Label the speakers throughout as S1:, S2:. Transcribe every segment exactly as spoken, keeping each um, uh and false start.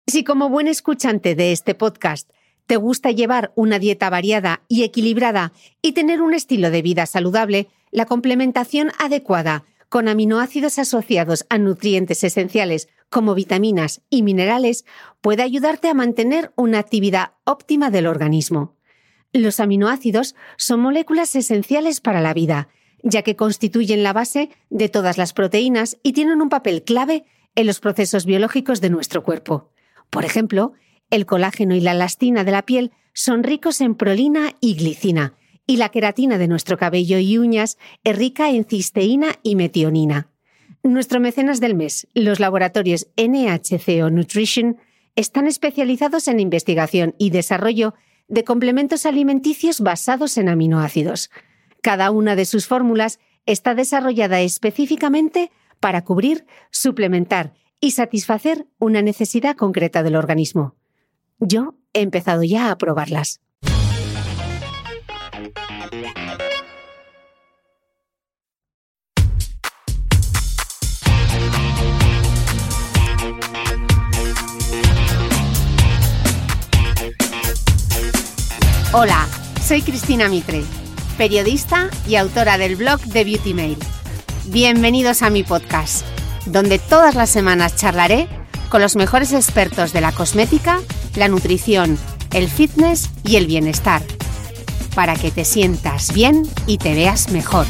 S1: Si como buen escuchante de este podcast te gusta llevar una dieta variada y equilibrada y tener un estilo de vida saludable, la complementación adecuada con aminoácidos asociados a nutrientes esenciales como vitaminas y minerales puede ayudarte a mantener una actividad óptima del organismo. Los aminoácidos son moléculas esenciales para la vida, ya que constituyen la base de todas las proteínas y tienen un papel clave en los procesos biológicos de nuestro cuerpo. Por ejemplo, el colágeno y la elastina de la piel son ricos en prolina y glicina, y la queratina de nuestro cabello y uñas es rica en cisteína y metionina. Nuestro mecenas del mes, los laboratorios N H C O Nutrition, están especializados en investigación y desarrollo de complementos alimenticios basados en aminoácidos. Cada una de sus fórmulas está desarrollada específicamente para cubrir, suplementar y satisfacer una necesidad concreta del organismo. Yo he empezado ya a probarlas. Hola, soy Cristina Mitre, periodista y autora del blog de Beauty Mail. Bienvenidos a mi podcast, donde todas las semanas charlaré con los mejores expertos de la cosmética, la nutrición, el fitness y el bienestar, para que te sientas bien y te veas mejor.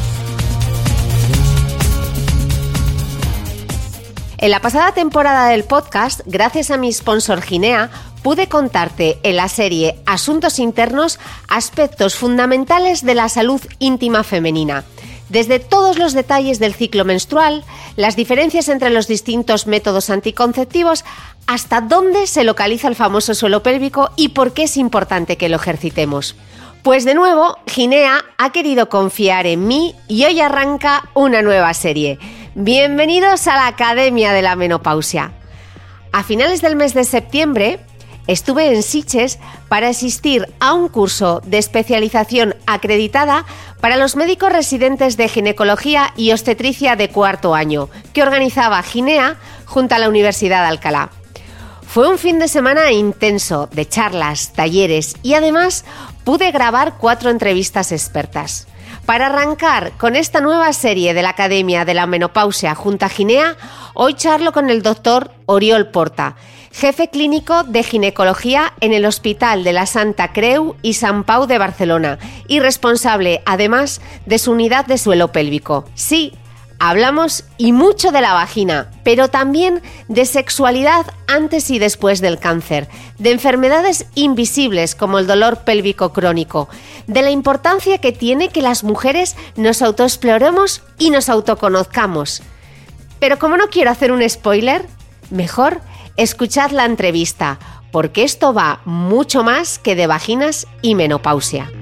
S1: En la pasada temporada del podcast, gracias a mi sponsor Ginea, pude contarte en la serie Asuntos Internos aspectos fundamentales de la salud íntima femenina. Desde todos los detalles del ciclo menstrual, las diferencias entre los distintos métodos anticonceptivos, hasta dónde se localiza el famoso suelo pélvico y por qué es importante que lo ejercitemos. Pues de nuevo, Ginea ha querido confiar en mí y hoy arranca una nueva serie. Bienvenidos a la Academia de la Menopausia. A finales del mes de septiembre estuve en Sitges para asistir a un curso de especialización acreditada para los médicos residentes de ginecología y obstetricia de cuarto año, que organizaba Ginea junto a la Universidad de Alcalá. Fue un fin de semana intenso de charlas, talleres y además pude grabar cuatro entrevistas expertas. Para arrancar con esta nueva serie de la Academia de la Menopausia junto a Ginea, hoy charlo con el doctor Oriol Porta, jefe clínico de ginecología en el Hospital de la Santa Creu i Sant Pau de Barcelona y responsable, además, de su unidad de suelo pélvico. Sí, hablamos y mucho de la vagina, pero también de sexualidad antes y después del cáncer, de enfermedades invisibles como el dolor pélvico crónico, de la importancia que tiene que las mujeres nos autoexploremos y nos autoconozcamos. Pero como no quiero hacer un spoiler, mejor escuchad la entrevista, porque esto va mucho más que de vaginas y menopausia.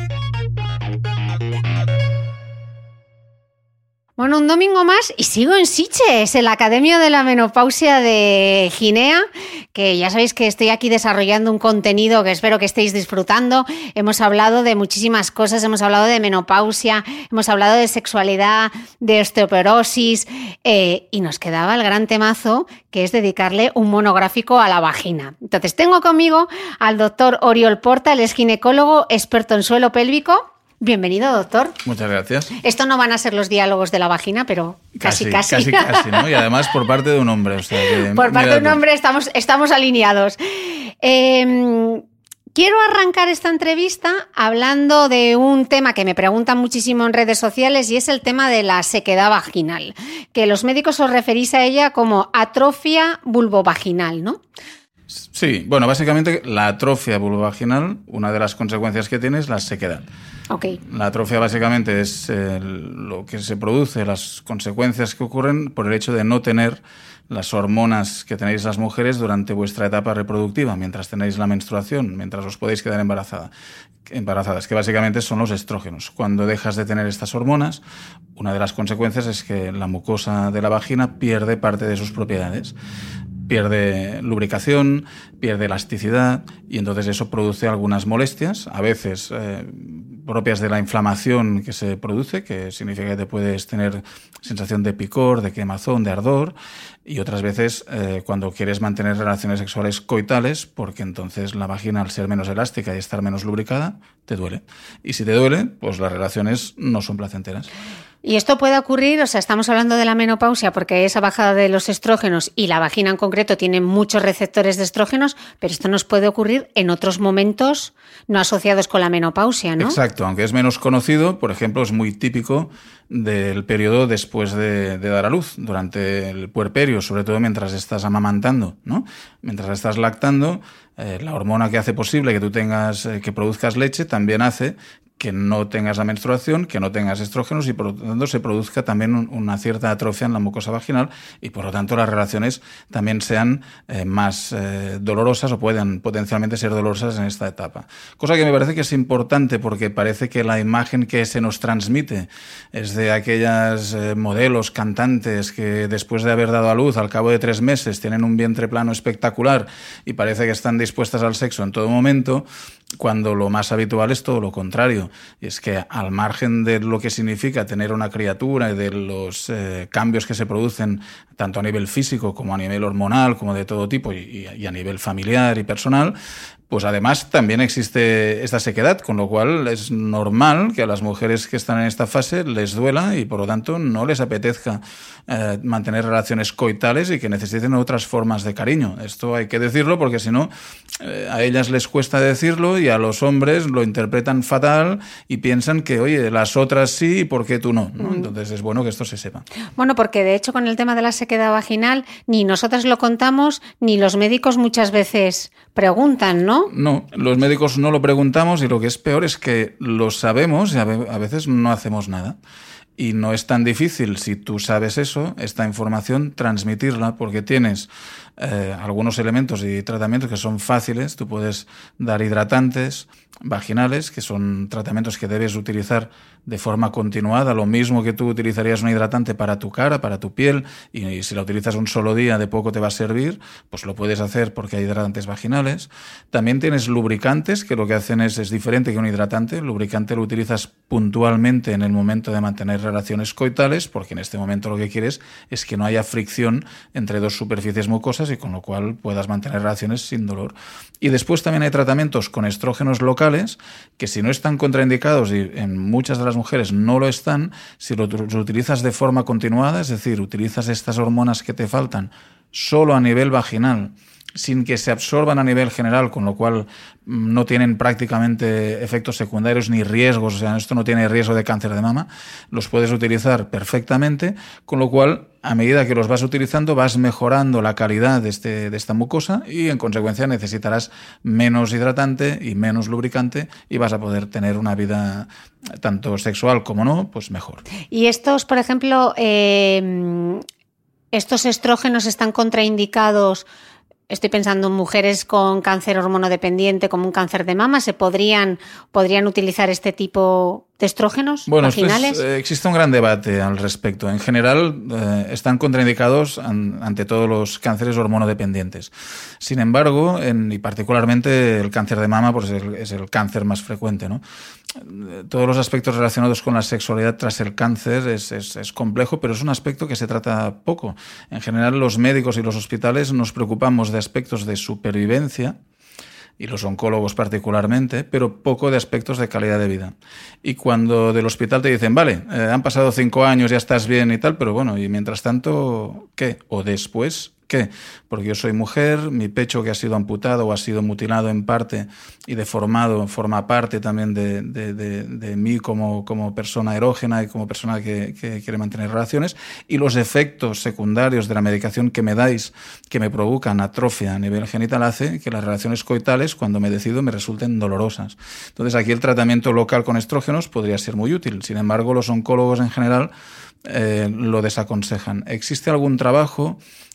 S1: Bueno, un domingo más y sigo en Sitges, en la Academia de la Menopausia de Ginea, que ya sabéis que estoy aquí desarrollando un contenido que espero que estéis disfrutando. Hemos hablado de muchísimas cosas, hemos hablado de menopausia, hemos hablado de sexualidad, de osteoporosis eh, y nos quedaba el gran temazo que es dedicarle un monográfico a la vagina. Entonces tengo conmigo al doctor Oriol Porta, él es ginecólogo, experto en suelo pélvico. Bienvenido, doctor.
S2: Muchas gracias.
S1: Esto no van a ser los diálogos de la vagina, pero casi, casi.
S2: Casi, casi, casi, ¿no? Y además por parte de un hombre. O sea, que
S1: por parte de un hombre estamos, estamos alineados. Eh, quiero arrancar esta entrevista hablando de un tema que me preguntan muchísimo en redes sociales y es el tema de la sequedad vaginal, que los médicos os referís a ella como atrofia vulvovaginal, ¿no?
S2: Sí, bueno, básicamente la atrofia vulvovaginal, una de las consecuencias que tiene es la sequedad.
S1: Okay.
S2: La atrofia básicamente es eh, lo que se produce, las consecuencias que ocurren por el hecho de no tener las hormonas que tenéis las mujeres durante vuestra etapa reproductiva, mientras tenéis la menstruación, mientras os podéis quedar embarazada, embarazadas, que básicamente son los estrógenos. Cuando dejas de tener estas hormonas, una de las consecuencias es que la mucosa de la vagina pierde parte de sus propiedades. pierde lubricación, pierde elasticidad y entonces eso produce algunas molestias, a veces eh, propias de la inflamación que se produce, que significa que te puedes tener sensación de picor, de quemazón, de ardor, y otras veces eh, cuando quieres mantener relaciones sexuales coitales, porque entonces la vagina, al ser menos elástica y estar menos lubricada, te duele. Y si te duele, pues las relaciones no son placenteras.
S1: Y esto puede ocurrir, o sea, estamos hablando de la menopausia porque esa bajada de los estrógenos y la vagina en concreto tiene muchos receptores de estrógenos, pero esto nos puede ocurrir en otros momentos no asociados con la menopausia, ¿no?
S2: Exacto, aunque es menos conocido, por ejemplo, es muy típico del periodo después de, de dar a luz, durante el puerperio, sobre todo mientras estás amamantando, ¿no? Mientras estás lactando, eh, la hormona que hace posible que tú tengas, eh, que produzcas leche, también hace que no tengas la menstruación, que no tengas estrógenos y por lo tanto se produzca también un, una cierta atrofia en la mucosa vaginal y por lo tanto las relaciones también sean eh, más eh, dolorosas o puedan potencialmente ser dolorosas en esta etapa. Cosa que me parece que es importante porque parece que la imagen que se nos transmite es de aquellas eh, modelos, cantantes que después de haber dado a luz al cabo de tres meses tienen un vientre plano espectacular y parece que están dispuestas al sexo en todo momento, cuando lo más habitual es todo lo contrario. Y es que al margen de lo que significa tener una criatura y de los eh, cambios que se producen tanto a nivel físico como a nivel hormonal, como de todo tipo, y, y a nivel familiar y personal, pues además también existe esta sequedad, con lo cual es normal que a las mujeres que están en esta fase les duela y por lo tanto no les apetezca eh, mantener relaciones coitales y que necesiten otras formas de cariño. Esto hay que decirlo porque si no, eh, a ellas les cuesta decirlo y a los hombres lo interpretan fatal y piensan que, oye, las otras sí, ¿por qué tú no? ¿no? Entonces es bueno que esto se sepa.
S1: Bueno, porque de hecho con el tema de la sequedad vaginal ni nosotras lo contamos ni los médicos muchas veces preguntan, ¿no?
S2: No, los médicos no lo preguntamos y lo que es peor es que lo sabemos y a veces no hacemos nada. Y no es tan difícil, si tú sabes eso, esta información, transmitirla, porque tienes eh, algunos elementos y tratamientos que son fáciles. Tú puedes dar hidratantes vaginales, que son tratamientos que debes utilizar de forma continuada, lo mismo que tú utilizarías un hidratante para tu cara, para tu piel, y, y si la utilizas un solo día, de poco te va a servir, pues lo puedes hacer porque hay hidratantes vaginales. También tienes lubricantes, que lo que hacen es, es diferente que un hidratante. El lubricante lo utilizas puntualmente en el momento de mantener relaciones coitales, porque en este momento lo que quieres es que no haya fricción entre dos superficies mucosas y con lo cual puedas mantener relaciones sin dolor. Y después también hay tratamientos con estrógenos locales que, si no están contraindicados, y en muchas de las mujeres no lo están, si lo, lo utilizas de forma continuada, es decir, utilizas estas hormonas que te faltan solo a nivel vaginal, sin que se absorban a nivel general, con lo cual no tienen prácticamente efectos secundarios ni riesgos, o sea, esto no tiene riesgo de cáncer de mama, los puedes utilizar perfectamente, con lo cual, a medida que los vas utilizando, vas mejorando la calidad de, este, de esta mucosa y, en consecuencia, necesitarás menos hidratante y menos lubricante y vas a poder tener una vida, tanto sexual como no, pues mejor.
S1: Y estos, por ejemplo, eh, estos estrógenos están contraindicados. Estoy pensando en mujeres con cáncer hormonodependiente, como un cáncer de mama. ¿Se podrían, podrían utilizar este tipo de estrógenos
S2: bueno,
S1: vaginales?
S2: Es, eh, existe un gran debate al respecto. En general, eh, están contraindicados an, ante todos los cánceres hormonodependientes. Sin embargo, en, y particularmente el cáncer de mama, pues es el, es el cáncer más frecuente, ¿no? Todos los aspectos relacionados con la sexualidad tras el cáncer es, es, es complejo, pero es un aspecto que se trata poco. En general, los médicos y los hospitales nos preocupamos de aspectos de supervivencia, y los oncólogos particularmente, pero poco de aspectos de calidad de vida. Y cuando del hospital te dicen, vale, eh, han pasado cinco años, ya estás bien y tal, pero bueno, y mientras tanto, ¿qué? O después, ¿qué? Porque yo soy mujer, mi pecho que ha sido amputado o ha sido mutilado en parte y deformado forma parte también de, de, de, de mí como, como persona erógena y como persona que, que quiere mantener relaciones, y los efectos secundarios de la medicación que me dais, que me provocan atrofia a nivel genital, hace que las relaciones coitales, cuando me decido, me resulten dolorosas. Entonces aquí el tratamiento local con estrógenos podría ser muy útil. Sin embargo, los oncólogos en general Eh, lo desaconsejan. Existe algún trabajo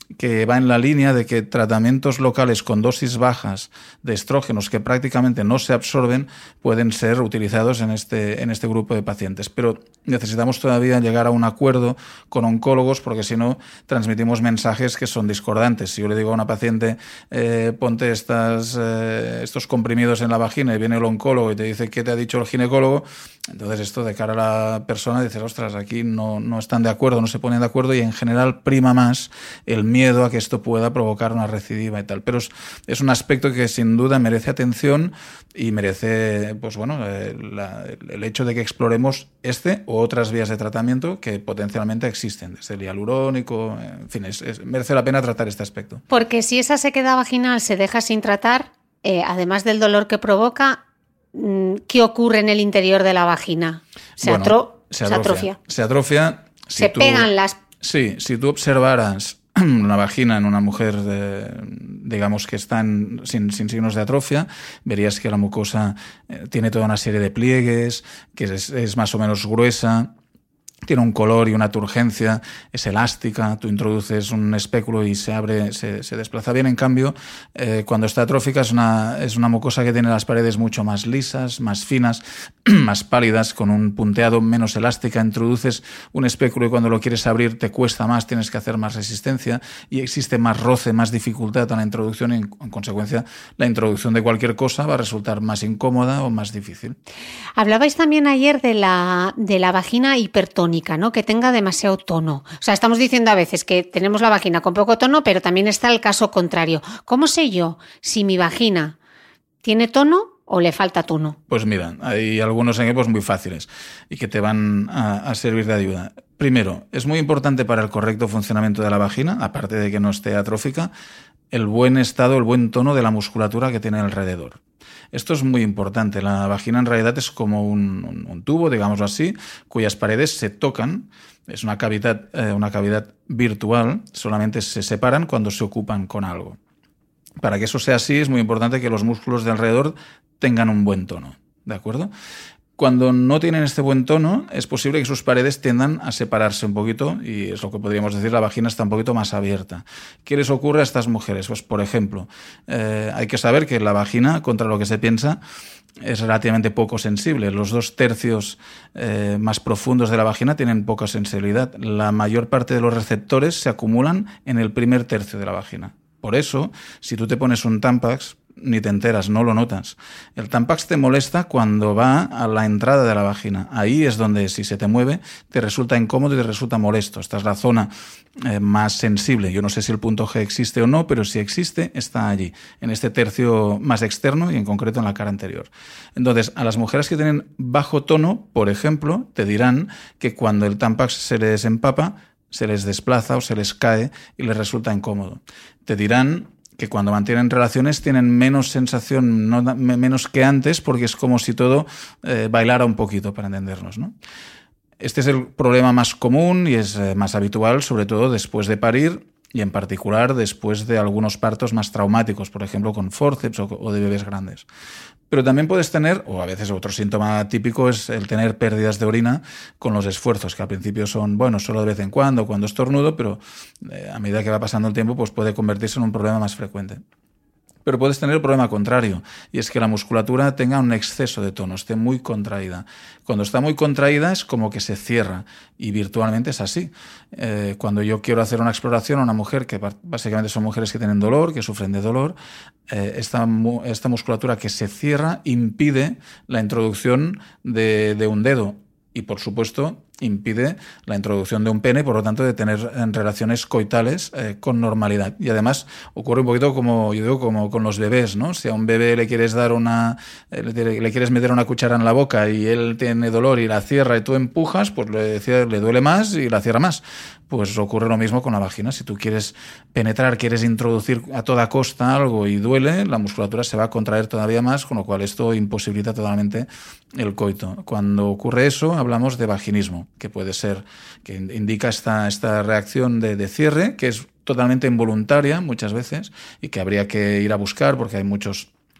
S2: que va en la línea de que tratamientos locales con dosis bajas de estrógenos que prácticamente no se absorben pueden ser utilizados en este, en este grupo de pacientes. Pero necesitamos todavía llegar a un acuerdo con oncólogos, porque si no transmitimos mensajes que son discordantes. Si yo le digo a una paciente, eh, ponte estas, eh, estos comprimidos en la vagina, y viene el oncólogo y te dice ¿qué te ha dicho el ginecólogo? Entonces esto de cara a la persona dices, ostras, aquí no, no están de acuerdo, no se ponen de acuerdo, y en general prima más el miedo a que esto pueda provocar una recidiva y tal. Pero es, es un aspecto que sin duda merece atención y merece, pues bueno, eh, la, el hecho de que exploremos este o otras vías de tratamiento que potencialmente existen, desde el hialurónico, en fin, es, es, merece la pena tratar este aspecto.
S1: Porque si esa sequedad vaginal se deja sin tratar, eh, además del dolor que provoca, ¿qué ocurre en el interior de la vagina? Se,
S2: bueno,
S1: atro
S2: se, atrofia. se atrofia. Se atrofia. Si
S1: se
S2: tú,
S1: pegan las...
S2: Sí, si tú observaras una vagina en una mujer, de, digamos, que está en, sin, sin signos de atrofia, verías que la mucosa eh, tiene toda una serie de pliegues, que es, es más o menos gruesa, tiene un color y una turgencia, es elástica, tú introduces un espéculo y se abre, se, se desplaza bien. En cambio, eh, cuando está atrófica es una, es una mucosa que tiene las paredes mucho más lisas, más finas, más pálidas, con un punteado menos elástica. Introduces un espéculo y cuando lo quieres abrir te cuesta más, tienes que hacer más resistencia y existe más roce, más dificultad a la introducción y en, en consecuencia la introducción de cualquier cosa va a resultar más incómoda o más difícil.
S1: Hablabais también ayer de la, de la vagina hipertónica, ¿no? Que tenga demasiado tono. O sea, estamos diciendo a veces que tenemos la vagina con poco tono, pero también está el caso contrario. ¿Cómo sé yo si mi vagina tiene tono o le falta tono?
S2: Pues mira, hay algunos ejemplos muy fáciles y que te van a, a servir de ayuda. Primero, es muy importante para el correcto funcionamiento de la vagina, aparte de que no esté atrófica, el buen estado, el buen tono de la musculatura que tiene alrededor. Esto es muy importante. La vagina en realidad es como un, un, un tubo, digámoslo así, cuyas paredes se tocan. Es una cavidad, eh, una cavidad virtual, solamente se separan cuando se ocupan con algo. Para que eso sea así es muy importante que los músculos de alrededor tengan un buen tono, ¿de acuerdo? Cuando no tienen este buen tono, es posible que sus paredes tiendan a separarse un poquito y es lo que podríamos decir, la vagina está un poquito más abierta. ¿Qué les ocurre a estas mujeres? Pues, por ejemplo, eh, hay que saber que la vagina, contra lo que se piensa, es relativamente poco sensible. Los dos tercios eh, más profundos de la vagina tienen poca sensibilidad. La mayor parte de los receptores se acumulan en el primer tercio de la vagina. Por eso, si tú te pones un Tampax, ni te enteras, no lo notas. El Tampax te molesta cuando va a la entrada de la vagina. Ahí es donde, si se te mueve, te resulta incómodo y te resulta molesto. Esta es la zona eh, más sensible. Yo no sé si el punto G existe o no, pero si existe, está allí, en este tercio más externo y en concreto en la cara anterior. Entonces, a las mujeres que tienen bajo tono, por ejemplo, te dirán que cuando el Tampax se les empapa, se les desplaza o se les cae y les resulta incómodo. Te dirán que cuando mantienen relaciones tienen menos sensación, no, menos que antes, porque es como si todo eh, bailara un poquito, para entendernos, ¿no? Este es el problema más común y es eh, más habitual, sobre todo después de parir y en particular después de algunos partos más traumáticos, por ejemplo con fórceps o, o de bebés grandes. Pero también puedes tener, o a veces otro síntoma típico es el tener pérdidas de orina con los esfuerzos, que al principio son, bueno, solo de vez en cuando, cuando estornudo, pero eh, a medida que va pasando el tiempo, pues puede convertirse en un problema más frecuente. Pero puedes tener el problema contrario, y es que la musculatura tenga un exceso de tono, esté muy contraída. Cuando está muy contraída es como que se cierra, y virtualmente es así. Eh, cuando yo quiero hacer una exploración a una mujer, que básicamente son mujeres que tienen dolor, que sufren de dolor, eh, esta, esta musculatura que se cierra impide la introducción de, de un dedo. Y, por supuesto, impide la introducción de un pene, por lo tanto, de tener relaciones coitales eh, con normalidad. Y además ocurre un poquito como, yo digo, como con los bebés, ¿no? Si a un bebé le quieres dar una, le, le quieres meter una cuchara en la boca y él tiene dolor y la cierra y tú empujas, pues le, le duele más y la cierra más. Pues ocurre lo mismo con la vagina. Si tú quieres penetrar, quieres introducir a toda costa algo y duele, la musculatura se va a contraer todavía más, con lo cual esto imposibilita totalmente el coito. Cuando ocurre eso, hablamos de vaginismo, que puede ser, que indica esta, esta reacción de, de cierre, que es totalmente involuntaria muchas veces y que habría que ir a buscar porque hay muchos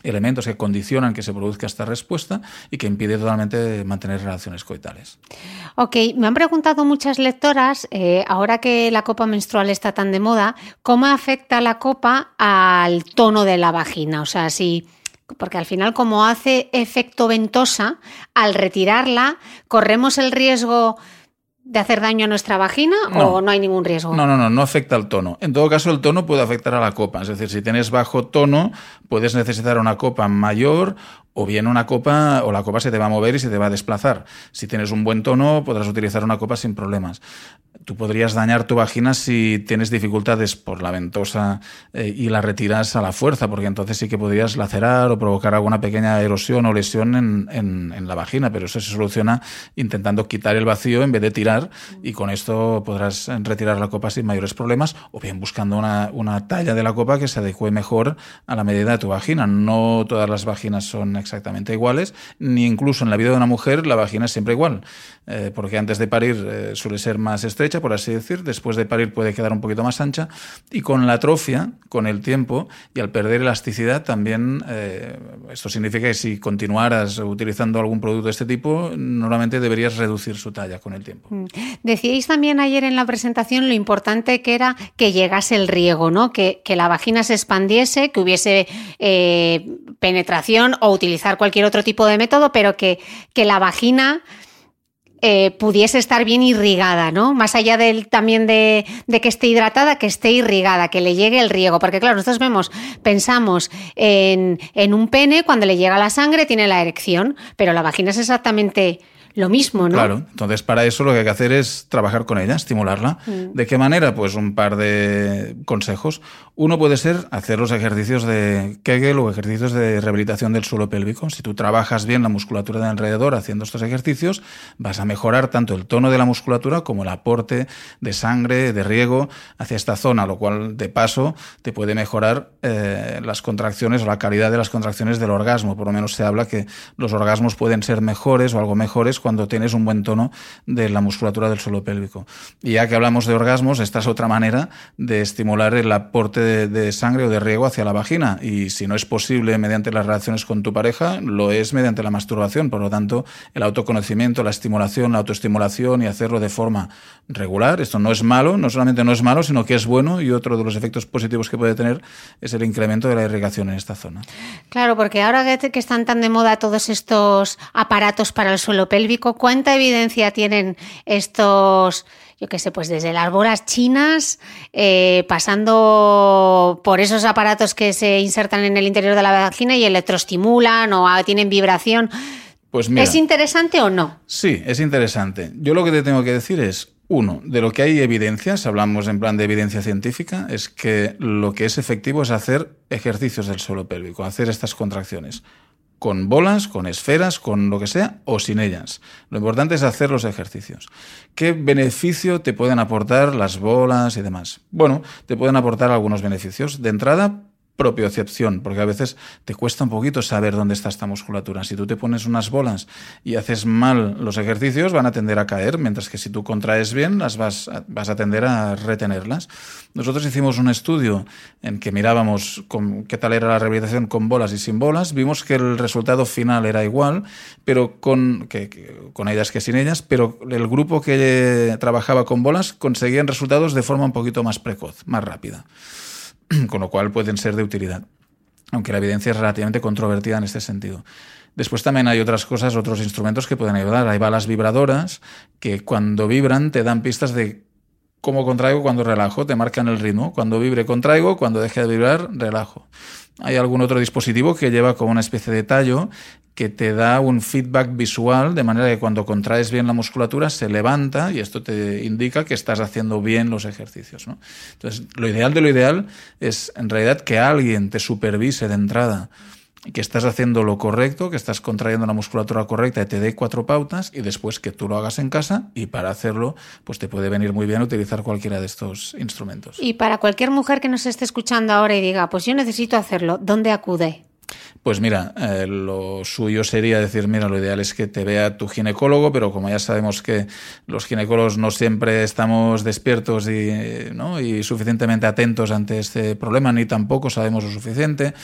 S2: elementos que condicionan que se produzca esta respuesta y que impide totalmente mantener relaciones coitales.
S1: Ok, me han preguntado muchas lectoras, eh, ahora que la copa menstrual está tan de moda, ¿cómo afecta la copa al tono de la vagina? O sea, si... Porque al final, como hace efecto ventosa, al retirarla, ¿corremos el riesgo de hacer daño a nuestra vagina no. o no hay ningún riesgo?
S2: No, no, no, no afecta al tono. En todo caso, el tono puede afectar a la copa. Es decir, si tienes bajo tono, puedes necesitar una copa mayor o bien una copa, o la copa se te va a mover y se te va a desplazar. Si tienes un buen tono, podrás utilizar una copa sin problemas. Tú podrías dañar tu vagina si tienes dificultades por la ventosa eh, y la retiras a la fuerza, porque entonces sí que podrías lacerar o provocar alguna pequeña erosión o lesión en, en, en la vagina, pero eso se soluciona intentando quitar el vacío en vez de tirar, y con esto podrás retirar la copa sin mayores problemas, o bien buscando una, una talla de la copa que se adecue mejor a la medida de tu vagina. No todas las vaginas son exactamente iguales, ni incluso en la vida de una mujer la vagina es siempre igual, eh, porque antes de parir eh, suele ser más estrecha, por así decir, después de parir puede quedar un poquito más ancha, y con la atrofia, con el tiempo y al perder elasticidad también, eh, esto significa que si continuaras utilizando algún producto de este tipo, normalmente deberías reducir su talla con el tiempo.
S1: Decíais también ayer en la presentación lo importante que era que llegase el riego, ¿no? Que, que la vagina se expandiese, que hubiese eh, penetración o utilizar cualquier otro tipo de método, pero que, que la vagina eh, pudiese estar bien irrigada, ¿no? Más allá del, también de, de que esté hidratada, que esté irrigada, que le llegue el riego. Porque claro, nosotros vemos, pensamos en, en un pene, cuando le llega la sangre tiene la erección, pero la vagina es exactamente lo mismo, ¿no?
S2: Claro, entonces para eso lo que hay que hacer es trabajar con ella, estimularla. Mm. ¿De qué manera? Pues un par de consejos. Uno puede ser hacer los ejercicios de Kegel o ejercicios de rehabilitación del suelo pélvico. Si tú trabajas bien la musculatura de alrededor haciendo estos ejercicios, vas a mejorar tanto el tono de la musculatura como el aporte de sangre, de riego hacia esta zona, lo cual de paso te puede mejorar eh, las contracciones o la calidad de las contracciones del orgasmo. Por lo menos se habla que los orgasmos pueden ser mejores o algo mejores cuando tienes un buen tono de la musculatura del suelo pélvico. Y ya que hablamos de orgasmos, esta es otra manera de estimular el aporte de, de sangre o de riego hacia la vagina. Y si no es posible mediante las relaciones con tu pareja, lo es mediante la masturbación. Por lo tanto, el autoconocimiento, la estimulación, la autoestimulación y hacerlo de forma regular. Esto no es malo, no solamente no es malo, sino que es bueno, y otro de los efectos positivos que puede tener es el incremento de la irrigación en esta zona.
S1: Claro, porque ahora que están tan de moda todos estos aparatos para el suelo pélvico, ¿cuánta evidencia tienen estos, yo qué sé, pues desde las bolas chinas, eh, pasando por esos aparatos que se insertan en el interior de la vagina y electroestimulan o tienen vibración?
S2: Pues mira,
S1: ¿es interesante o no?
S2: Sí, es interesante. Yo lo que te tengo que decir es, uno, de lo que hay evidencias, hablamos en plan de evidencia científica, es que lo que es efectivo es hacer ejercicios del suelo pélvico, hacer estas contracciones. Con bolas, con esferas, con lo que sea, o sin ellas. Lo importante es hacer los ejercicios. ¿Qué beneficio te pueden aportar las bolas y demás? Bueno, te pueden aportar algunos beneficios. De entrada, propiocepción, porque a veces te cuesta un poquito saber dónde está esta musculatura. Si tú te pones unas bolas y haces mal los ejercicios, van a tender a caer, mientras que si tú contraes bien, las vas a, vas a tender a retenerlas. Nosotros hicimos un estudio en que mirábamos con, qué tal era la rehabilitación con bolas y sin bolas. Vimos que el resultado final era igual, pero con, que, que, con ellas que sin ellas, pero el grupo que trabajaba con bolas conseguían resultados de forma un poquito más precoz, más rápida. Con lo cual pueden ser de utilidad, aunque la evidencia es relativamente controvertida en este sentido. Después también hay otras cosas, otros instrumentos que pueden ayudar. Hay balas vibradoras que cuando vibran te dan pistas de cómo contraigo cuando relajo, te marcan el ritmo. Cuando vibre, contraigo, cuando deje de vibrar, relajo. Hay algún otro dispositivo que lleva como una especie de tallo que te da un feedback visual, de manera que cuando contraes bien la musculatura se levanta y esto te indica que estás haciendo bien los ejercicios, ¿no? Entonces, lo ideal de lo ideal es, en realidad, que alguien te supervise de entrada, que estás haciendo lo correcto, que estás contrayendo la musculatura correcta y te dé cuatro pautas, y después que tú lo hagas en casa, y para hacerlo pues te puede venir muy bien utilizar cualquiera de estos instrumentos.
S1: Y para cualquier mujer que nos esté escuchando ahora y diga, pues yo necesito hacerlo, ¿dónde acude?
S2: Pues mira, eh, lo suyo sería decir, mira, lo ideal es que te vea tu ginecólogo, pero como ya sabemos que los ginecólogos no siempre estamos despiertos y, ¿no? y suficientemente atentos ante este problema, ni tampoco sabemos lo suficiente,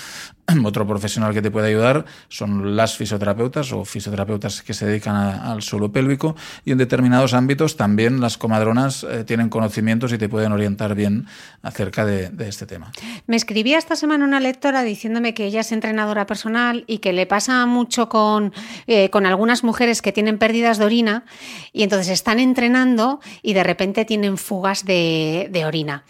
S2: otro profesional que te puede ayudar son las fisioterapeutas o fisioterapeutas que se dedican a, al suelo pélvico, y en determinados ámbitos también las comadronas eh, tienen conocimientos y te pueden orientar bien acerca de, de este tema.
S1: Me escribía esta semana una lectora diciéndome que ella es entrenadora personal y que le pasa mucho con, eh, con algunas mujeres que tienen pérdidas de orina y entonces están entrenando y de repente tienen fugas de, de orina.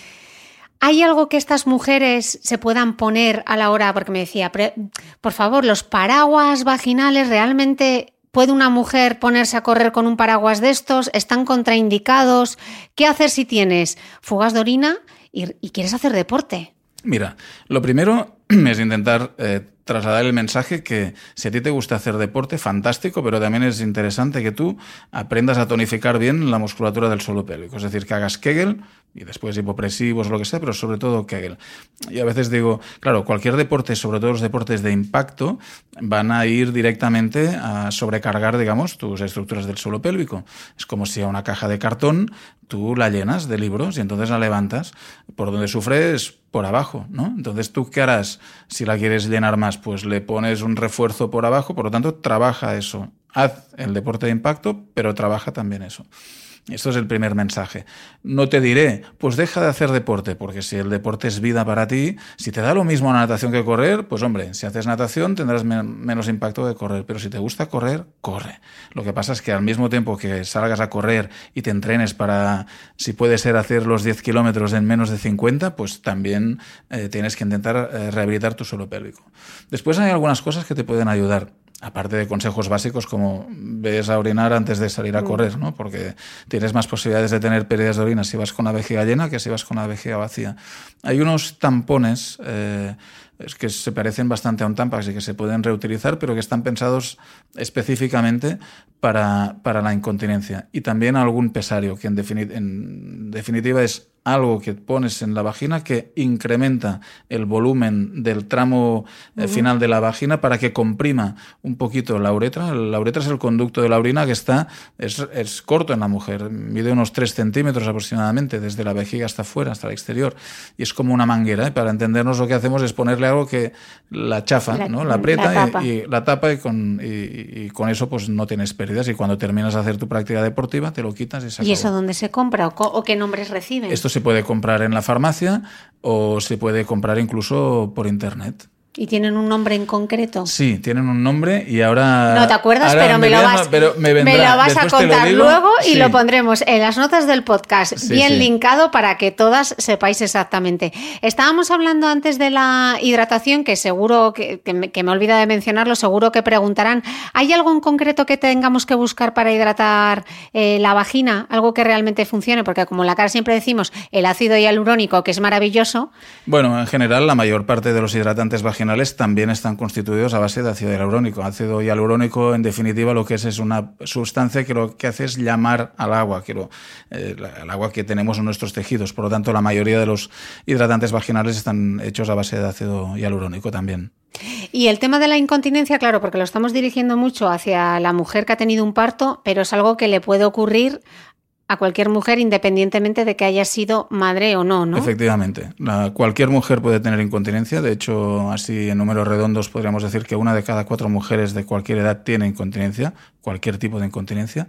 S1: ¿Hay algo que estas mujeres se puedan poner a la hora? Porque me decía, por favor, los paraguas vaginales, ¿realmente puede una mujer ponerse a correr con un paraguas de estos? ¿Están contraindicados? ¿Qué hacer si tienes fugas de orina y, y quieres hacer deporte?
S2: Mira, lo primero es intentar eh, trasladar el mensaje que si a ti te gusta hacer deporte, fantástico, pero también es interesante que tú aprendas a tonificar bien la musculatura del suelo pélvico. Es decir, que hagas Kegel y después hipopresivos o lo que sea, pero sobre todo Kegel. Y a veces digo, claro, cualquier deporte, sobre todo los deportes de impacto, van a ir directamente a sobrecargar, digamos, tus estructuras del suelo pélvico. Es como si a una caja de cartón tú la llenas de libros y entonces la levantas. Por donde sufre es por abajo, ¿no? Entonces, ¿tú qué harás si la quieres llenar más? Pues le pones un refuerzo por abajo, por lo tanto, trabaja eso. Haz el deporte de impacto, pero trabaja también eso. Esto es el primer mensaje. No te diré, pues deja de hacer deporte, porque si el deporte es vida para ti, si te da lo mismo la natación que correr, pues hombre, si haces natación tendrás men- menos impacto de correr, pero si te gusta correr, corre. Lo que pasa es que al mismo tiempo que salgas a correr y te entrenes para, si puede ser, hacer los diez kilómetros en menos de cincuenta, pues también eh, tienes que intentar eh, rehabilitar tu suelo pélvico. Después hay algunas cosas que te pueden ayudar. Aparte de consejos básicos como ves a orinar antes de salir a correr, ¿no? Porque tienes más posibilidades de tener pérdidas de orina si vas con la vejiga llena que si vas con la vejiga vacía. Hay unos tampones eh, que se parecen bastante a un Tampax y que se pueden reutilizar, pero que están pensados específicamente para, para la incontinencia. Y también algún pesario, que en, defini- en definitiva es algo que pones en la vagina que incrementa el volumen del tramo eh, uh-huh. final de la vagina para que comprima un poquito la uretra. La uretra es el conducto de la orina que está, es, es corto en la mujer, mide unos tres centímetros aproximadamente, desde la vejiga hasta afuera, hasta el exterior, y es como una manguera, ¿eh? Para entendernos lo que hacemos es ponerle algo que la chafa, la, ¿no? La aprieta la tapa. Y, y la tapa y con, y, y con eso pues no tienes pérdidas, y cuando terminas de hacer tu práctica deportiva te lo quitas y se acabó.
S1: ¿Y eso dónde se compra o, co- o qué nombres reciben?
S2: Esto se puede comprar en la farmacia o se puede comprar incluso por internet.
S1: ¿Y tienen un nombre en concreto?
S2: Sí, tienen un nombre y ahora...
S1: No te acuerdas, pero me, me, lo vas, pero me, me lo vas a contar lo luego y sí. Lo pondremos en las notas del podcast, sí, bien sí. linkado para que todas sepáis exactamente. Estábamos hablando antes de la hidratación, que seguro que, que, me, que me olvida de mencionarlo, seguro que preguntarán, ¿hay algo en concreto que tengamos que buscar para hidratar eh, la vagina? Algo que realmente funcione, porque como en la cara siempre decimos, el ácido hialurónico, que es maravilloso.
S2: Bueno, en general la mayor parte de los hidratantes vaginales también están constituidos a base de ácido hialurónico. Ácido hialurónico, en definitiva, lo que es es una sustancia que lo que hace es llamar al agua, que lo, eh, el agua que tenemos en nuestros tejidos. Por lo tanto, la mayoría de los hidratantes vaginales están hechos a base de ácido hialurónico también.
S1: Y el tema de la incontinencia, claro, porque lo estamos dirigiendo mucho hacia la mujer que ha tenido un parto, pero es algo que le puede ocurrir a cualquier mujer, independientemente de que haya sido madre o no, ¿no?
S2: Efectivamente. La, cualquier mujer puede tener incontinencia. De hecho, así en números redondos podríamos decir que una de cada cuatro mujeres de cualquier edad tiene incontinencia, cualquier tipo de incontinencia.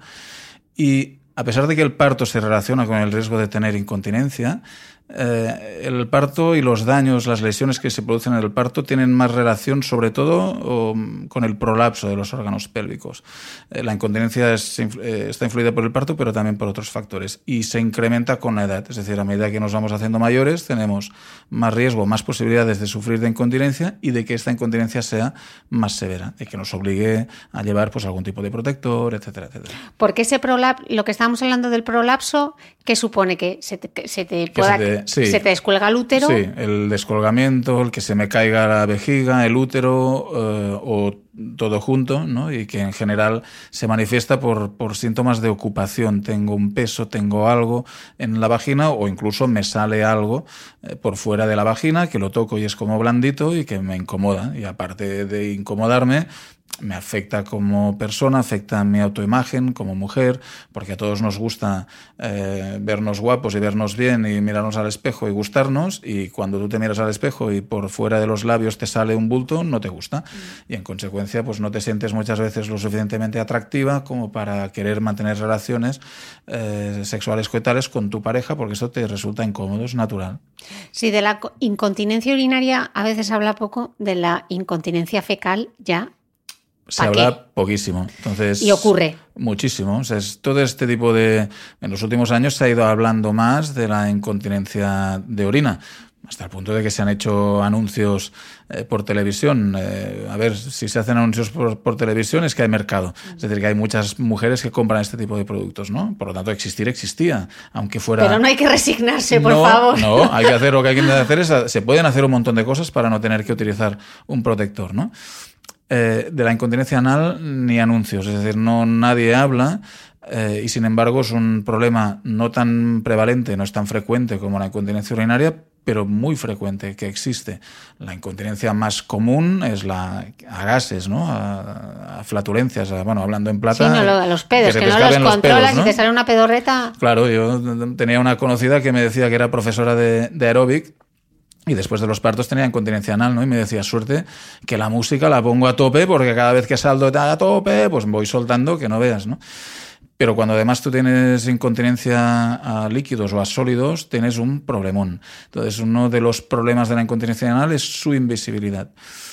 S2: Y a pesar de que el parto se relaciona con el riesgo de tener incontinencia, eh, el parto y los daños, las lesiones que se producen en el parto tienen más relación sobre todo o, con el prolapso de los órganos pélvicos. Eh, la incontinencia es, eh, está influida por el parto, pero también por otros factores, y se incrementa con la edad. Es decir, a medida que nos vamos haciendo mayores tenemos más riesgo, más posibilidades de sufrir de incontinencia y de que esta incontinencia sea más severa, de que nos obligue a llevar pues algún tipo de protector, etcétera, etcétera.
S1: Porque ese prolapso, lo que estábamos hablando del prolapso, ¿qué supone? Que se te, que se te pueda...
S2: Se te, sí.
S1: ¿Se te descuelga el útero?
S2: Sí, el descolgamiento, el que se me caiga la vejiga, el útero eh, o todo junto, ¿no? Y que en general se manifiesta por, por síntomas de ocupación. Tengo un peso, tengo algo en la vagina o incluso me sale algo eh, por fuera de la vagina que lo toco y es como blandito y que me incomoda. Y aparte de incomodarme, me afecta como persona, afecta mi autoimagen como mujer, porque a todos nos gusta eh, vernos guapos y vernos bien y mirarnos al espejo y gustarnos, y cuando tú te miras al espejo y por fuera de los labios te sale un bulto, no te gusta. Mm. Y en consecuencia pues no te sientes muchas veces lo suficientemente atractiva como para querer mantener relaciones eh, sexuales coitales con tu pareja, porque eso te resulta incómodo, es natural.
S1: Sí, de la incontinencia urinaria a veces habla poco, de la incontinencia fecal ya
S2: se habla poquísimo. Entonces,
S1: y ocurre.
S2: Muchísimo. O sea, es todo este tipo de... En los últimos años se ha ido hablando más de la incontinencia de orina, hasta el punto de que se han hecho anuncios eh, por televisión. Eh, a ver, si se hacen anuncios por, por televisión es que hay mercado. Es decir, que hay muchas mujeres que compran este tipo de productos, ¿no? Por lo tanto, existir existía, aunque fuera...
S1: Pero no hay que resignarse, por
S2: no,
S1: favor.
S2: No, hay que hacer lo que hay que hacer. Es, se pueden hacer un montón de cosas para no tener que utilizar un protector, ¿no? Eh, de la incontinencia anal ni anuncios, es decir, no nadie habla eh, y sin embargo es un problema no tan prevalente, no es tan frecuente como la incontinencia urinaria, pero muy frecuente que existe. La incontinencia más común es la a gases, ¿no? A, a flatulencias, a, bueno, hablando en plata.
S1: Sí, no, a los pedos, que, que no los controlas, pedos, ¿no? Y te sale una pedorreta.
S2: Claro, yo tenía una conocida que me decía que era profesora de, de aeróbic. Y después de los partos tenía incontinencia anal, ¿no? Y me decía, suerte que la música la pongo a tope, porque cada vez que saldo a tope, pues voy soltando que no veas, ¿no? Pero cuando además tú tienes incontinencia a líquidos o a sólidos, tienes un problemón. Entonces, uno de los problemas de la incontinencia anal es su invisibilidad.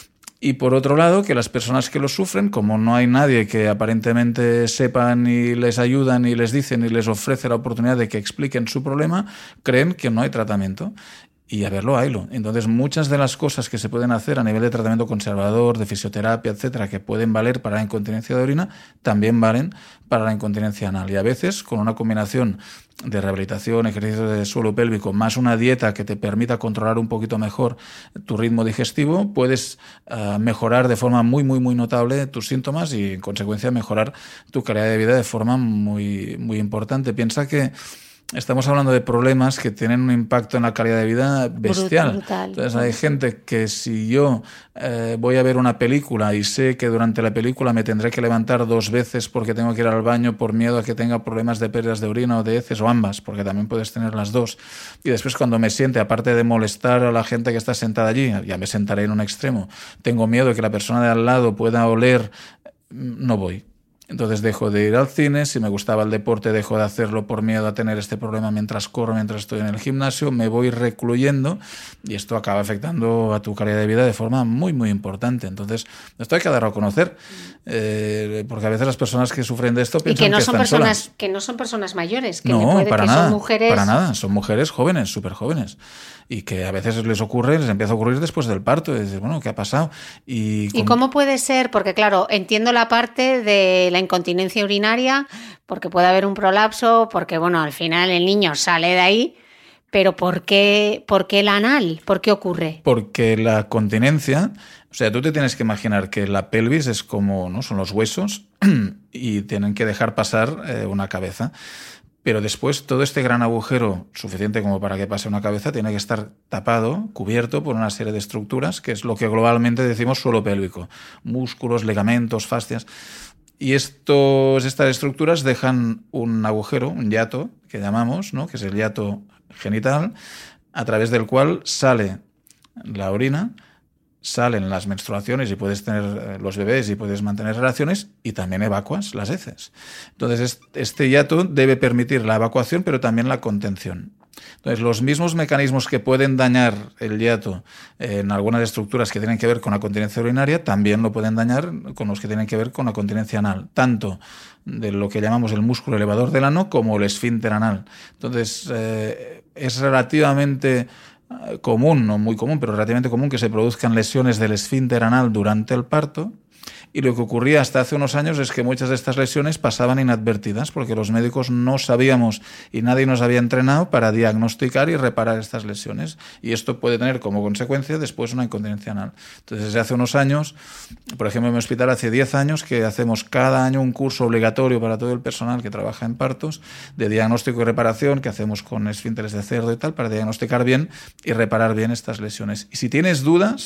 S2: Y por otro lado, que las personas que lo sufren, como no hay nadie que aparentemente sepa ni les ayuda, ni les dice, ni les ofrece la oportunidad de que expliquen su problema, creen que no hay tratamiento. Y a verlo, haylo. Entonces, muchas de las cosas que se pueden hacer a nivel de tratamiento conservador, de fisioterapia, etcétera, que pueden valer para la incontinencia de orina, también valen para la incontinencia anal. Y a veces, con una combinación de rehabilitación, ejercicio de suelo pélvico, más una dieta que te permita controlar un poquito mejor tu ritmo digestivo, puedes uh, mejorar de forma muy, muy, muy notable tus síntomas y, en consecuencia, mejorar tu calidad de vida de forma muy, muy importante. Piensa que estamos hablando de problemas que tienen un impacto en la calidad de vida bestial.
S1: Brutal.
S2: Entonces hay gente que si yo eh, voy a ver una película y sé que durante la película me tendré que levantar dos veces porque tengo que ir al baño por miedo a que tenga problemas de pérdidas de orina o de heces, o ambas, porque también puedes tener las dos. Y después cuando me siente, aparte de molestar a la gente que está sentada allí, ya me sentaré en un extremo, tengo miedo de que la persona de al lado pueda oler, no voy. Entonces dejo de ir al cine, si me gustaba el deporte dejo de hacerlo por miedo a tener este problema mientras corro, mientras estoy en el gimnasio, me voy recluyendo y esto acaba afectando a tu calidad de vida de forma muy, muy importante. Entonces, esto hay que darlo a conocer, eh, porque a veces las personas que sufren de esto piensan
S1: y que no
S2: que
S1: son
S2: están
S1: personas
S2: solas.
S1: que no son personas mayores, que
S2: no,
S1: me puede
S2: para
S1: que
S2: nada,
S1: son mujeres...
S2: para nada, son mujeres jóvenes, súper jóvenes. Y que a veces les ocurre, les empieza a ocurrir después del parto. Y dices, bueno, ¿qué ha pasado? Y,
S1: ¿Y cómo puede ser? Porque claro, entiendo la parte de la incontinencia urinaria, porque puede haber un prolapso, porque bueno, al final el niño sale de ahí, pero ¿por qué, por qué el anal? ¿Por qué ocurre?
S2: Porque la continencia, o sea, tú te tienes que imaginar que la pelvis es como, ¿no? Son los huesos y tienen que dejar pasar eh, una cabeza. Pero después todo este gran agujero, suficiente como para que pase una cabeza, tiene que estar tapado, cubierto por una serie de estructuras, que es lo que globalmente decimos suelo pélvico. Músculos, ligamentos, fascias. Y estos, estas estructuras dejan un agujero, un hiato, que llamamos, ¿no? Que es el hiato genital, a través del cual sale la orina, salen las menstruaciones y puedes tener los bebés y puedes mantener relaciones, y también evacuas las heces. Entonces, este hiato debe permitir la evacuación, pero también la contención. Entonces, los mismos mecanismos que pueden dañar el hiato en algunas estructuras que tienen que ver con la continencia urinaria, también lo pueden dañar con los que tienen que ver con la continencia anal, tanto de lo que llamamos el músculo elevador del ano como el esfínter anal. Entonces, eh, es relativamente común, no muy común, pero relativamente común que se produzcan lesiones del esfínter anal durante el parto. Y lo que ocurría hasta hace unos años es que muchas de estas lesiones pasaban inadvertidas porque los médicos no sabíamos y nadie nos había entrenado para diagnosticar y reparar estas lesiones. Y esto puede tener como consecuencia después una incontinencia anal. Entonces, desde hace unos años, por ejemplo, en mi hospital hace diez años que hacemos cada año un curso obligatorio para todo el personal que trabaja en partos de diagnóstico y reparación que hacemos con esfínteres de cerdo y tal para diagnosticar bien y reparar bien estas lesiones. Y si tienes dudas,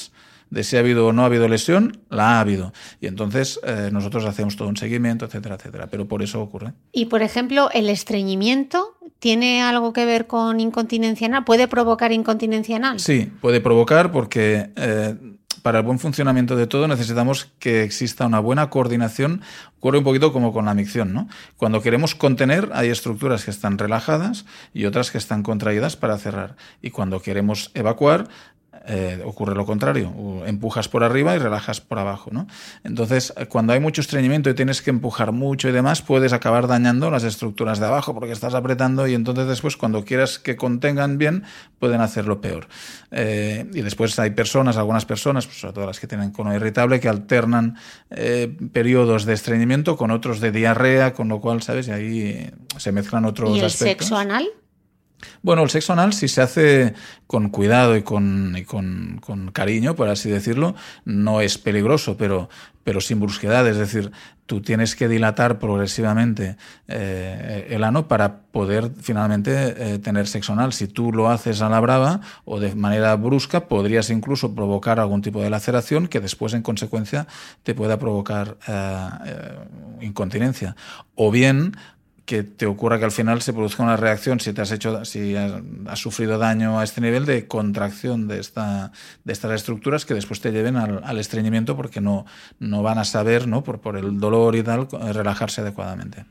S2: de si ha habido o no ha habido lesión, la ha habido. Y entonces eh, nosotros hacemos todo un seguimiento, etcétera, etcétera. Pero por eso ocurre.
S1: Y, por ejemplo, ¿el estreñimiento tiene algo que ver con incontinencia anal? ¿Puede provocar incontinencia anal?
S2: Sí, puede provocar porque... Eh, para el buen funcionamiento de todo necesitamos que exista una buena coordinación. Ocurre un poquito como con la micción, ¿no? Cuando queremos contener hay estructuras que están relajadas y otras que están contraídas para cerrar. Y cuando queremos evacuar eh, ocurre lo contrario. Empujas por arriba y relajas por abajo, ¿no? Entonces, cuando hay mucho estreñimiento y tienes que empujar mucho y demás, puedes acabar dañando las estructuras de abajo porque estás apretando y entonces después cuando quieras que contengan bien pueden hacerlo peor. Eh, y después hay personas, algunas personas, pues sobre todo las que tienen cono irritable, que alternan eh, periodos de estreñimiento con otros de diarrea, con lo cual, ¿sabes? Y ahí se mezclan otros
S1: aspectos. ¿Y el
S2: aspectos.
S1: sexo anal?
S2: Bueno, el sexo anal, si se hace con cuidado y con, y con, con cariño, por así decirlo, no es peligroso, pero, pero sin brusquedad. Es decir, tú tienes que dilatar progresivamente eh, el ano para poder finalmente eh, tener sexo anal. Si tú lo haces a la brava o de manera brusca, podrías incluso provocar algún tipo de laceración que después, en consecuencia, te pueda provocar eh, eh, incontinencia. O bien... que te ocurra que al final se produzca una reacción, si te has hecho, si has, has sufrido daño a este nivel de contracción de esta, de estas estructuras que después te lleven al, al estreñimiento porque no, no van a saber, ¿no? Por, por el dolor y tal, relajarse adecuadamente.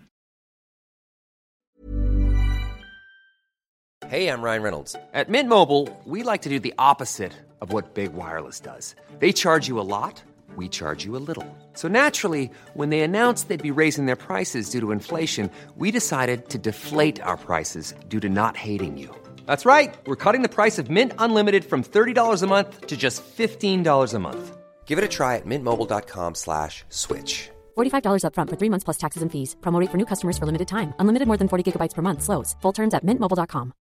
S3: Hey, I'm Ryan Reynolds. At Mint Mobile, we like to do the opposite of what Big Wireless does. They charge you a lot. We charge you a little. So naturally, when they announced they'd be raising their prices due to inflation, we decided to deflate our prices due to not hating you. That's right. We're cutting the price of Mint Unlimited from thirty dollars a month to just fifteen dollars a month. Give it a try at mintmobile.com slash switch.
S4: forty-five dollars up front for three months plus taxes and fees. Promo rate for new customers for limited time. Unlimited more than forty gigabytes per month. Slows full terms at mint mobile dot com.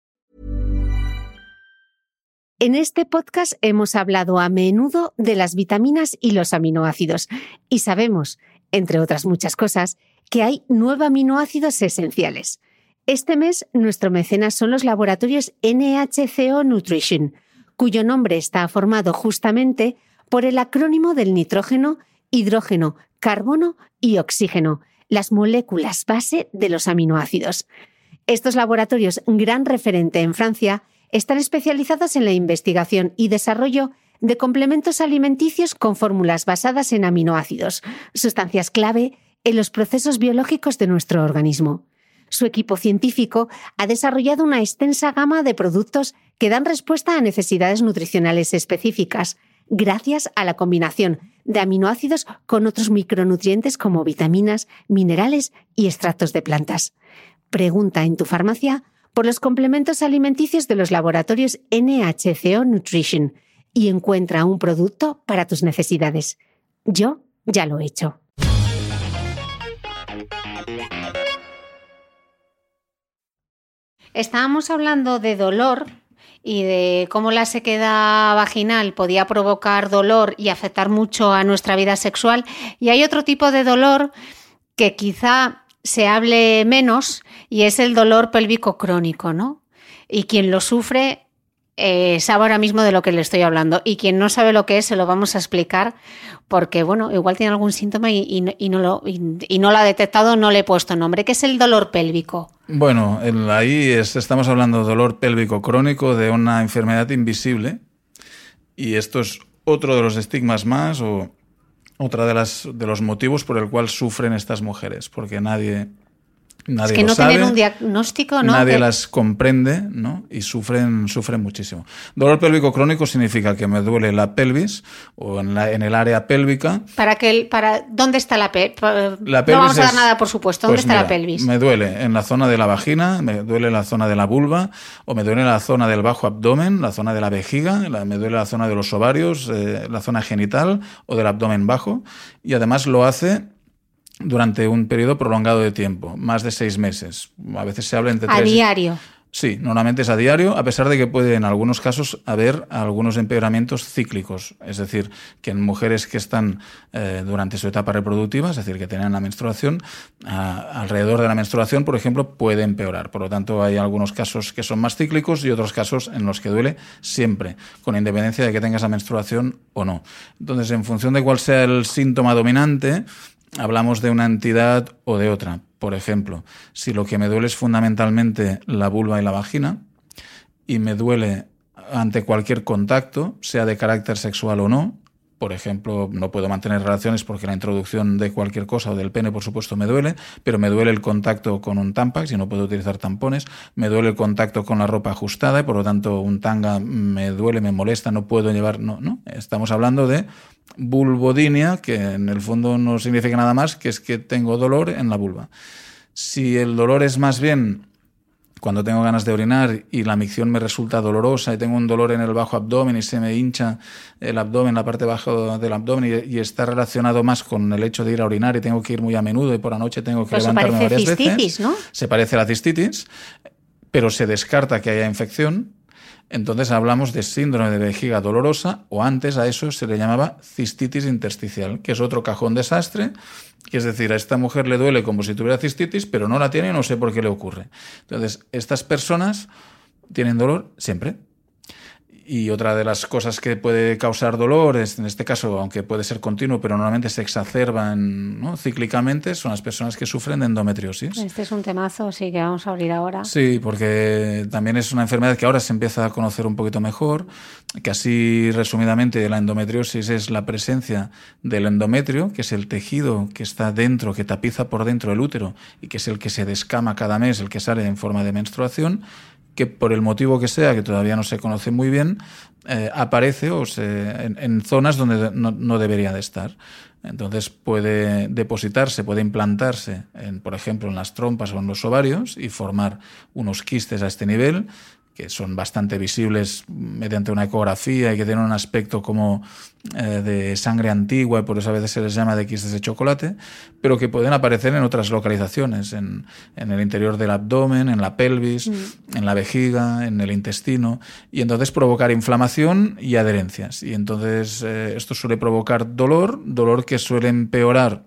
S1: En este podcast hemos hablado a menudo de las vitaminas y los aminoácidos y sabemos, entre otras muchas cosas, que hay nueve aminoácidos esenciales. Este mes nuestro mecenas son los laboratorios N H C O Nutrition, cuyo nombre está formado justamente por el acrónimo del nitrógeno, hidrógeno, carbono y oxígeno, las moléculas base de los aminoácidos. Estos laboratorios, gran referente en Francia, están especializados en la investigación y desarrollo de complementos alimenticios con fórmulas basadas en aminoácidos, sustancias clave en los procesos biológicos de nuestro organismo. Su equipo científico ha desarrollado una extensa gama de productos que dan respuesta a necesidades nutricionales específicas, gracias a la combinación de aminoácidos con otros micronutrientes como vitaminas, minerales y extractos de plantas. Pregunta en tu farmacia por los complementos alimenticios de los laboratorios N H C O Nutrition y encuentra un producto para tus necesidades. Yo ya lo he hecho. Estábamos hablando de dolor y de cómo la sequedad vaginal podía provocar dolor y afectar mucho a nuestra vida sexual. Y hay otro tipo de dolor que quizá se hable menos y es el dolor pélvico crónico, ¿no? Y quien lo sufre eh, sabe ahora mismo de lo que le estoy hablando, y quien no sabe lo que es se lo vamos a explicar porque, bueno, igual tiene algún síntoma y, y, y, no, lo, y, y no lo ha detectado, no le he puesto nombre. ¿Qué es el dolor pélvico?
S2: Bueno, el, ahí es, estamos hablando de dolor pélvico crónico, de una enfermedad invisible, y esto es otro de los estigmas más o otra de las de los motivos por el cual sufren estas mujeres, porque nadie Nadie
S1: es que
S2: lo
S1: no
S2: sabe,
S1: tener un diagnóstico, ¿no?
S2: Nadie
S1: que...
S2: las comprende, ¿no? Y sufren, sufren muchísimo. Dolor pélvico crónico significa que me duele la pelvis o en, la, en el área pélvica.
S1: ¿Para qué? Para, ¿Dónde está la, pe...
S2: la pelvis?
S1: No vamos a dar
S2: es,
S1: nada, por supuesto. ¿Dónde
S2: pues
S1: está
S2: mira,
S1: la pelvis?
S2: Me duele en la zona de la vagina, me duele en la zona de la vulva, o me duele en la zona del bajo abdomen, la zona de la vejiga, la, me duele la zona de los ovarios, eh, la zona genital o del abdomen bajo. Y además lo hace durante un periodo prolongado de tiempo, más de seis meses. A veces se habla entre
S1: ¿A
S2: tres...
S1: diario?
S2: Sí, normalmente es a diario, a pesar de que puede en algunos casos haber algunos empeoramientos cíclicos. Es decir, que en mujeres que están eh, durante su etapa reproductiva, es decir, que tienen la menstruación, a, alrededor de la menstruación, por ejemplo, puede empeorar. Por lo tanto, hay algunos casos que son más cíclicos y otros casos en los que duele siempre, con independencia de que tengas la menstruación o no. Entonces, en función de cuál sea el síntoma dominante, hablamos de una entidad o de otra. Por ejemplo, si lo que me duele es fundamentalmente la vulva y la vagina y me duele ante cualquier contacto, sea de carácter sexual o no, por ejemplo, no puedo mantener relaciones porque la introducción de cualquier cosa o del pene, por supuesto, me duele, pero me duele el contacto con un Tampax y no puedo utilizar tampones, me duele el contacto con la ropa ajustada y por lo tanto un tanga me duele, me molesta, no puedo llevar... No, no, estamos hablando de vulvodinia, que en el fondo no significa nada más que es que tengo dolor en la vulva. Si el dolor es más bien cuando tengo ganas de orinar y la micción me resulta dolorosa y tengo un dolor en el bajo abdomen y se me hincha el abdomen, la parte baja del abdomen y, y está relacionado más con el hecho de ir a orinar y tengo que ir muy a menudo y por la noche tengo que
S1: pues
S2: levantarme varias
S1: cistitis,
S2: veces.
S1: ¿no?
S2: Se parece a la cistitis, pero se descarta que haya infección. Entonces hablamos de síndrome de vejiga dolorosa o antes a eso se le llamaba cistitis intersticial, que es otro cajón desastre, que es decir, a esta mujer le duele como si tuviera cistitis, pero no la tiene y no sé por qué le ocurre. Entonces, estas personas tienen dolor siempre. Y otra de las cosas que puede causar dolor, es, en este caso, aunque puede ser continuo, pero normalmente se exacerban, ¿no?, cíclicamente, son las personas que sufren de endometriosis.
S1: Este es un temazo, sí, que vamos a abrir ahora.
S2: Sí, porque también es una enfermedad que ahora se empieza a conocer un poquito mejor, que así resumidamente la endometriosis es la presencia del endometrio, que es el tejido que está dentro, que tapiza por dentro el útero y que es el que se descama cada mes, el que sale en forma de menstruación, que por el motivo que sea, que todavía no se conoce muy bien, eh, aparece o se, en, en zonas donde no, no debería de estar. Entonces puede depositarse, puede implantarse, en, por ejemplo, en las trompas o en los ovarios y formar unos quistes a este nivel, que son bastante visibles mediante una ecografía y que tienen un aspecto como eh, de sangre antigua y por eso a veces se les llama de quistes de chocolate, pero que pueden aparecer en otras localizaciones, en, en el interior del abdomen, en la pelvis, mm. en la vejiga, en el intestino, y entonces provocar inflamación y adherencias. Y entonces eh, esto suele provocar dolor, dolor que suele empeorar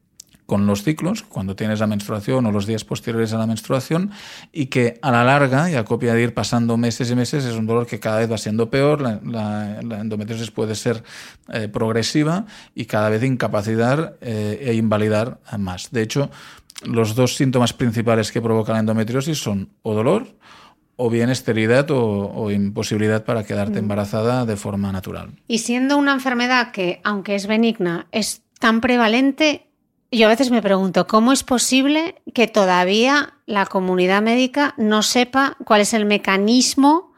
S2: con los ciclos, cuando tienes la menstruación o los días posteriores a la menstruación, y que a la larga, y a copia de ir pasando meses y meses, es un dolor que cada vez va siendo peor, la, la, la endometriosis puede ser eh, progresiva y cada vez incapacitar eh, e invalidar más. De hecho, los dos síntomas principales que provocan la endometriosis son o dolor o bien esterilidad o, o imposibilidad para quedarte embarazada de forma natural.
S1: Y siendo una enfermedad que, aunque es benigna, es tan prevalente, yo a veces me pregunto, ¿cómo es posible que todavía la comunidad médica no sepa cuál es el mecanismo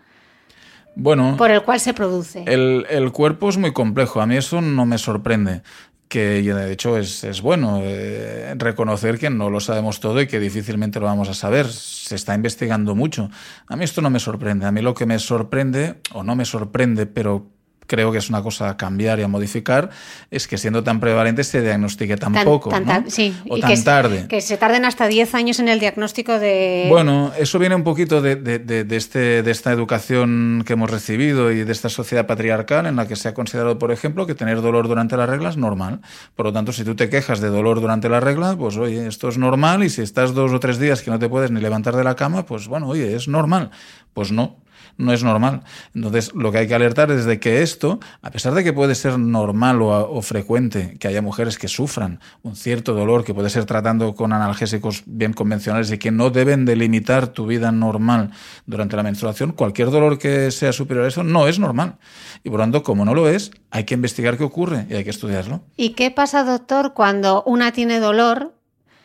S2: bueno,
S1: por el cual se produce?
S2: El, el cuerpo es muy complejo, a mí eso no me sorprende, que de hecho es, es bueno eh, reconocer que no lo sabemos todo y que difícilmente lo vamos a saber, se está investigando mucho. A mí esto no me sorprende, a mí lo que me sorprende, o no me sorprende, pero creo que es una cosa a cambiar y a modificar, es que siendo tan prevalente se diagnostique tan, tan poco,
S1: tan,
S2: ¿no?
S1: tan, sí.
S2: o
S1: y
S2: tan
S1: que,
S2: tarde.
S1: Que se tarden hasta diez años en el diagnóstico de...
S2: Bueno, eso viene un poquito de, de, de, de, este, de esta educación que hemos recibido y de esta sociedad patriarcal en la que se ha considerado, por ejemplo, que tener dolor durante la regla es normal. Por lo tanto, si tú te quejas de dolor durante la regla, pues oye, esto es normal, y si estás dos o tres días que no te puedes ni levantar de la cama, pues bueno, oye, es normal. Pues no. No es normal. Entonces, lo que hay que alertar es de que esto, a pesar de que puede ser normal o, o frecuente que haya mujeres que sufran un cierto dolor que puede ser tratando con analgésicos bien convencionales y que no deben delimitar tu vida normal durante la menstruación, cualquier dolor que sea superior a eso no es normal. Y por lo tanto, como no lo es, hay que investigar qué ocurre y hay que estudiarlo.
S1: ¿Y qué pasa, doctor, cuando una tiene dolor,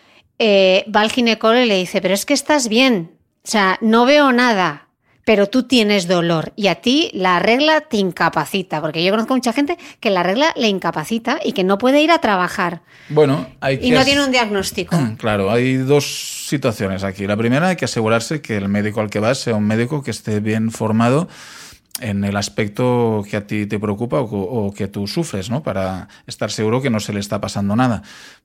S1: eh, va al ginecólogo y le dice, pero es que estás bien, o sea, no veo nada, pero tú tienes dolor y a ti la regla te incapacita? Porque yo conozco mucha gente que la regla le incapacita y que no puede ir a trabajar.
S2: Bueno, hay que
S1: y no
S2: as...
S1: tiene un diagnóstico.
S2: Claro, hay dos situaciones aquí. La primera, hay que asegurarse que el médico al que vas sea un médico que esté bien formado en el aspecto que a ti te preocupa o, o que tú sufres, ¿no? Para estar seguro que no se le está pasando nada.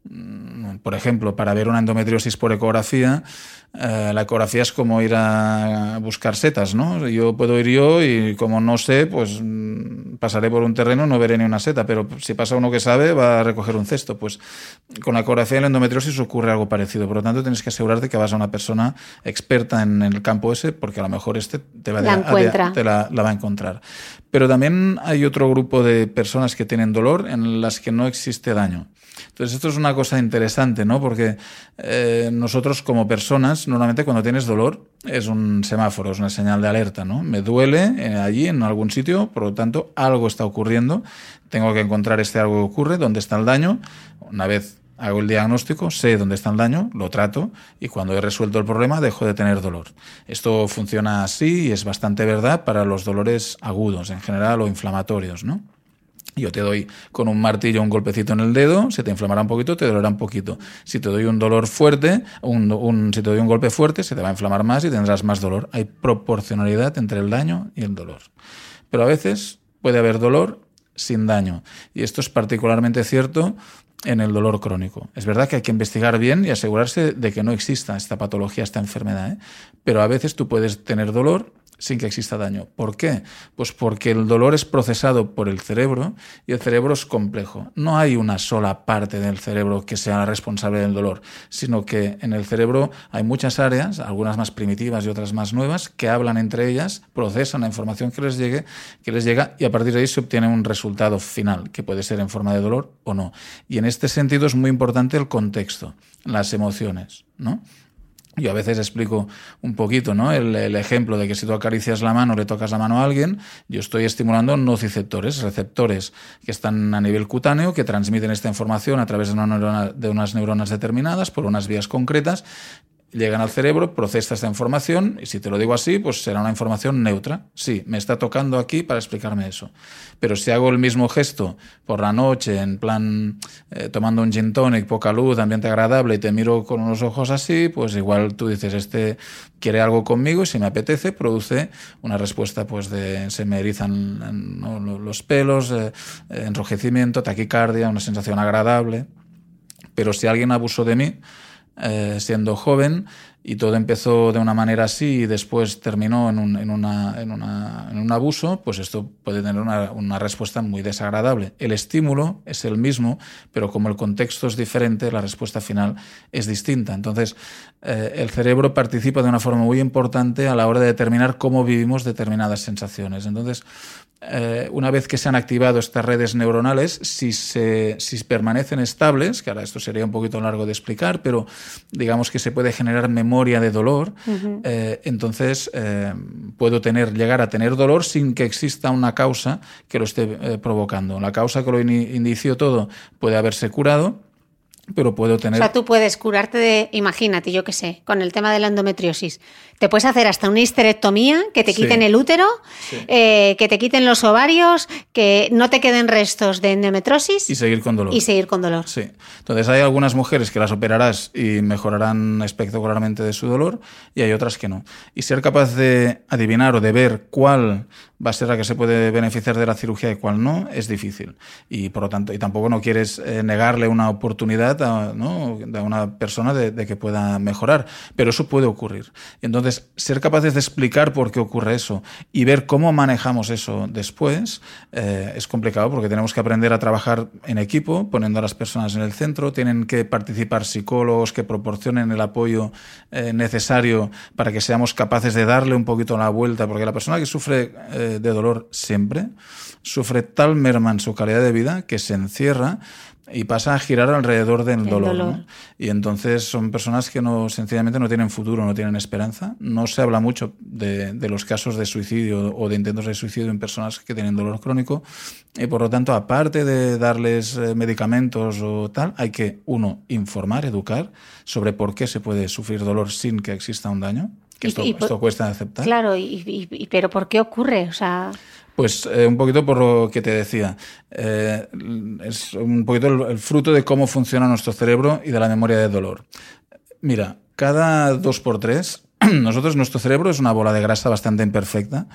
S2: Por ejemplo, para ver una endometriosis por ecografía, eh, la ecografía es como ir a buscar setas, ¿no? Yo puedo ir yo y como no sé, pues pasaré por un terreno, no veré ni una seta, pero si pasa uno que sabe, va a recoger un cesto. Pues con la ecografía y la endometriosis ocurre algo parecido. Por lo tanto, tienes que asegurarte que vas a una persona experta en el campo ese, porque a lo mejor este te, va
S1: la,
S2: a,
S1: encuentra.
S2: A, te la, la va a encontrar. Pero también hay otro grupo de personas que tienen dolor en las que no existe daño. Entonces esto es una cosa interesante, ¿no? Porque eh, nosotros como personas, normalmente cuando tienes dolor es un semáforo, es una señal de alerta, ¿no? Me duele eh, allí en algún sitio, por lo tanto algo está ocurriendo, tengo que encontrar este algo que ocurre, dónde está el daño. Una vez hago el diagnóstico, sé dónde está el daño, lo trato y cuando he resuelto el problema dejo de tener dolor. Esto funciona así y es bastante verdad para los dolores agudos en general o inflamatorios, ¿no? Yo te doy con un martillo un golpecito en el dedo, se te inflamará un poquito, te dolerá un poquito. Si te doy un dolor fuerte, un, un, si te doy un golpe fuerte, se te va a inflamar más y tendrás más dolor. Hay proporcionalidad entre el daño y el dolor. Pero a veces puede haber dolor sin daño. Y esto es particularmente cierto en el dolor crónico. Es verdad que hay que investigar bien y asegurarse de que no exista esta patología, esta enfermedad, ¿eh? Pero a veces tú puedes tener dolor sin que exista daño. ¿Por qué? Pues porque el dolor es procesado por el cerebro y el cerebro es complejo. No hay una sola parte del cerebro que sea la responsable del dolor, sino que en el cerebro hay muchas áreas, algunas más primitivas y otras más nuevas, que hablan entre ellas, procesan la información que les llegue, que les llega y a partir de ahí se obtiene un resultado final, que puede ser en forma de dolor o no. Y en este sentido es muy importante el contexto, las emociones, ¿no? Yo a veces explico un poquito, ¿no? El, el ejemplo de que si tú acaricias la mano, le tocas la mano a alguien, yo estoy estimulando nociceptores, receptores que están a nivel cutáneo, que transmiten esta información a través de, una neurona, de unas neuronas determinadas por unas vías concretas, llegan al cerebro, procesa esta información y si te lo digo así, pues será una información neutra. Sí, me está tocando aquí para explicarme eso. Pero si hago el mismo gesto por la noche, en plan eh, tomando un gin tonic, poca luz, ambiente agradable y te miro con unos ojos así, pues igual tú dices, este quiere algo conmigo y si me apetece produce una respuesta pues de se me erizan, ¿no?, los pelos, eh, enrojecimiento, taquicardia, una sensación agradable. Pero si alguien abusó de mí, Eh, siendo joven y todo empezó de una manera así y después terminó en un, en una, en una, en un abuso, pues esto puede tener una, una respuesta muy desagradable. El estímulo es el mismo, pero como el contexto es diferente, la respuesta final es distinta. Entonces, eh, el cerebro participa de una forma muy importante a la hora de determinar cómo vivimos determinadas sensaciones. Entonces, Eh, una vez que se han activado estas redes neuronales, si, se, si permanecen estables, que ahora esto sería un poquito largo de explicar, pero digamos que se puede generar memoria de dolor, uh-huh. eh, entonces eh, puedo tener, llegar a tener dolor sin que exista una causa que lo esté eh, provocando. La causa que lo in- inició todo puede haberse curado, pero puedo tener...
S1: O sea, tú puedes curarte de, imagínate, yo qué sé, con el tema de la endometriosis. Te puedes hacer hasta una histerectomía, que te quiten sí. el útero, sí. eh, que te quiten los ovarios, que no te queden restos de endometriosis.
S2: Y seguir con dolor.
S1: Y seguir con dolor.
S2: Sí. Entonces hay algunas mujeres que las operarás y mejorarán espectacularmente de su dolor y hay otras que no. Y ser capaz de adivinar o de ver cuál va a ser la que se puede beneficiar de la cirugía y cuál no, es difícil. Y por lo tanto, y tampoco no quieres eh, negarle una oportunidad a, ¿no?, a una persona de, de que pueda mejorar. Pero eso puede ocurrir. Y entonces, ser capaces de explicar por qué ocurre eso y ver cómo manejamos eso después eh, es complicado porque tenemos que aprender a trabajar en equipo, poniendo a las personas en el centro. Tienen que participar psicólogos que proporcionen el apoyo eh, necesario para que seamos capaces de darle un poquito la vuelta, porque la persona que sufre eh, de dolor siempre sufre tal merma en su calidad de vida que se encierra y pasa a girar alrededor del dolor, dolor. ¿no? Y entonces son personas que no, sencillamente no tienen futuro, no tienen esperanza. No se habla mucho de, de los casos de suicidio o de intentos de suicidio en personas que tienen dolor crónico y por lo tanto, aparte de darles medicamentos o tal, hay que, uno, informar, educar sobre por qué se puede sufrir dolor sin que exista un daño, que esto, y, y, esto cuesta aceptar.
S1: Claro, y, y, y, pero ¿por qué ocurre? O sea...
S2: Pues eh, un poquito por lo que te decía. Eh, es un poquito el, el fruto de cómo funciona nuestro cerebro y de la memoria del dolor. Mira, cada dos por tres, nosotros, nuestro cerebro es una bola de grasa bastante imperfecta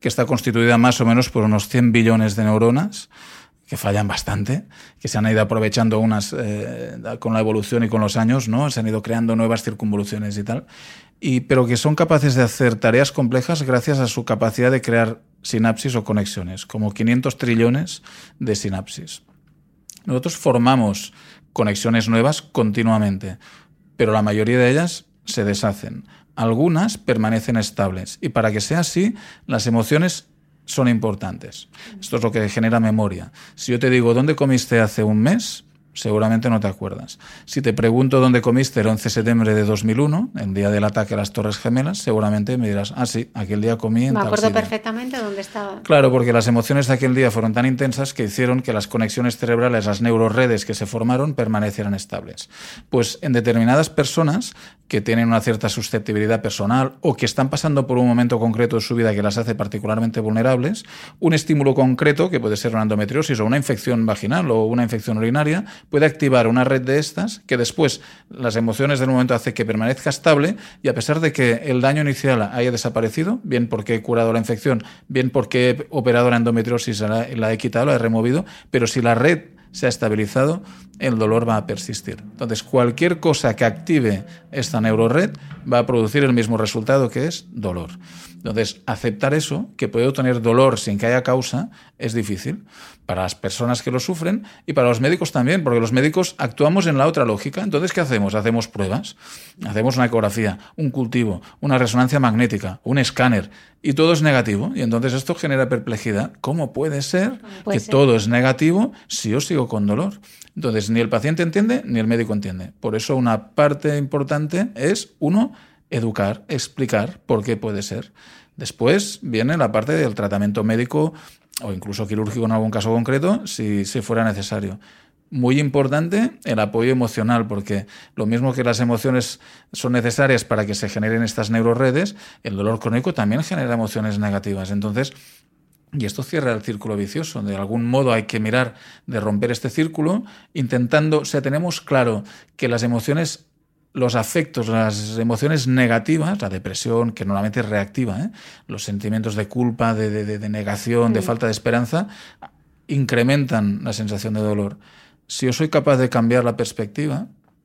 S2: que está constituida más o menos por unos cien billones de neuronas, que fallan bastante, que se han ido aprovechando unas eh, con la evolución y con los años, ¿no? Se han ido creando nuevas circunvoluciones y tal, y, pero que son capaces de hacer tareas complejas gracias a su capacidad de crear sinapsis o conexiones, como quinientos trillones de sinapsis. Nosotros formamos conexiones nuevas continuamente, pero la mayoría de ellas se deshacen. Algunas permanecen estables, y para que sea así, las emociones son importantes. Esto es lo que genera memoria. Si yo te digo, ¿dónde comiste hace un mes?, seguramente no te acuerdas. Si te pregunto dónde comiste el once de septiembre de dos mil uno, el día del ataque a las Torres Gemelas, seguramente me dirás, ah, sí, aquel día comí en
S1: Me
S2: tal
S1: acuerdo
S2: sitio.
S1: perfectamente dónde estaba.
S2: Claro, porque las emociones de aquel día fueron tan intensas que hicieron que las conexiones cerebrales, las neuroredes que se formaron, permanecieran estables. Pues en determinadas personas que tienen una cierta susceptibilidad personal o que están pasando por un momento concreto de su vida que las hace particularmente vulnerables, un estímulo concreto, que puede ser una endometriosis o una infección vaginal o una infección urinaria, puede activar una red de estas que después las emociones del momento hace que permanezca estable, y a pesar de que el daño inicial haya desaparecido, bien porque he curado la infección, bien porque he operado la endometriosis, la, la he quitado, la he removido, pero si la red se ha estabilizado, el dolor va a persistir. Entonces, cualquier cosa que active esta neurored va a producir el mismo resultado, que es dolor. Entonces, aceptar eso, que puedo tener dolor sin que haya causa, es difícil para las personas que lo sufren y para los médicos también, porque los médicos actuamos en la otra lógica. Entonces, ¿qué hacemos? Hacemos pruebas, hacemos una ecografía, un cultivo, una resonancia magnética, un escáner, y todo es negativo. Y entonces esto genera perplejidad. ¿Cómo puede ser
S1: puede
S2: que
S1: ser?
S2: todo es negativo si yo sigo con dolor? Entonces, ni el paciente entiende, ni el médico entiende. Por eso una parte importante es, uno, educar, explicar por qué puede ser. Después viene la parte del tratamiento médico o incluso quirúrgico en algún caso concreto, si, si fuera necesario. Muy importante el apoyo emocional, porque lo mismo que las emociones son necesarias para que se generen estas neuroredes, el dolor crónico también genera emociones negativas. Entonces, y esto cierra el círculo vicioso. De algún modo hay que mirar de romper este círculo, intentando, o sea, tenemos claro que las emociones, los afectos, las emociones negativas, la depresión, que normalmente es reactiva, ¿eh? Los sentimientos de culpa, de, de, de negación, mm. de falta de esperanza, incrementan la sensación de dolor. Si yo soy capaz de cambiar la perspectiva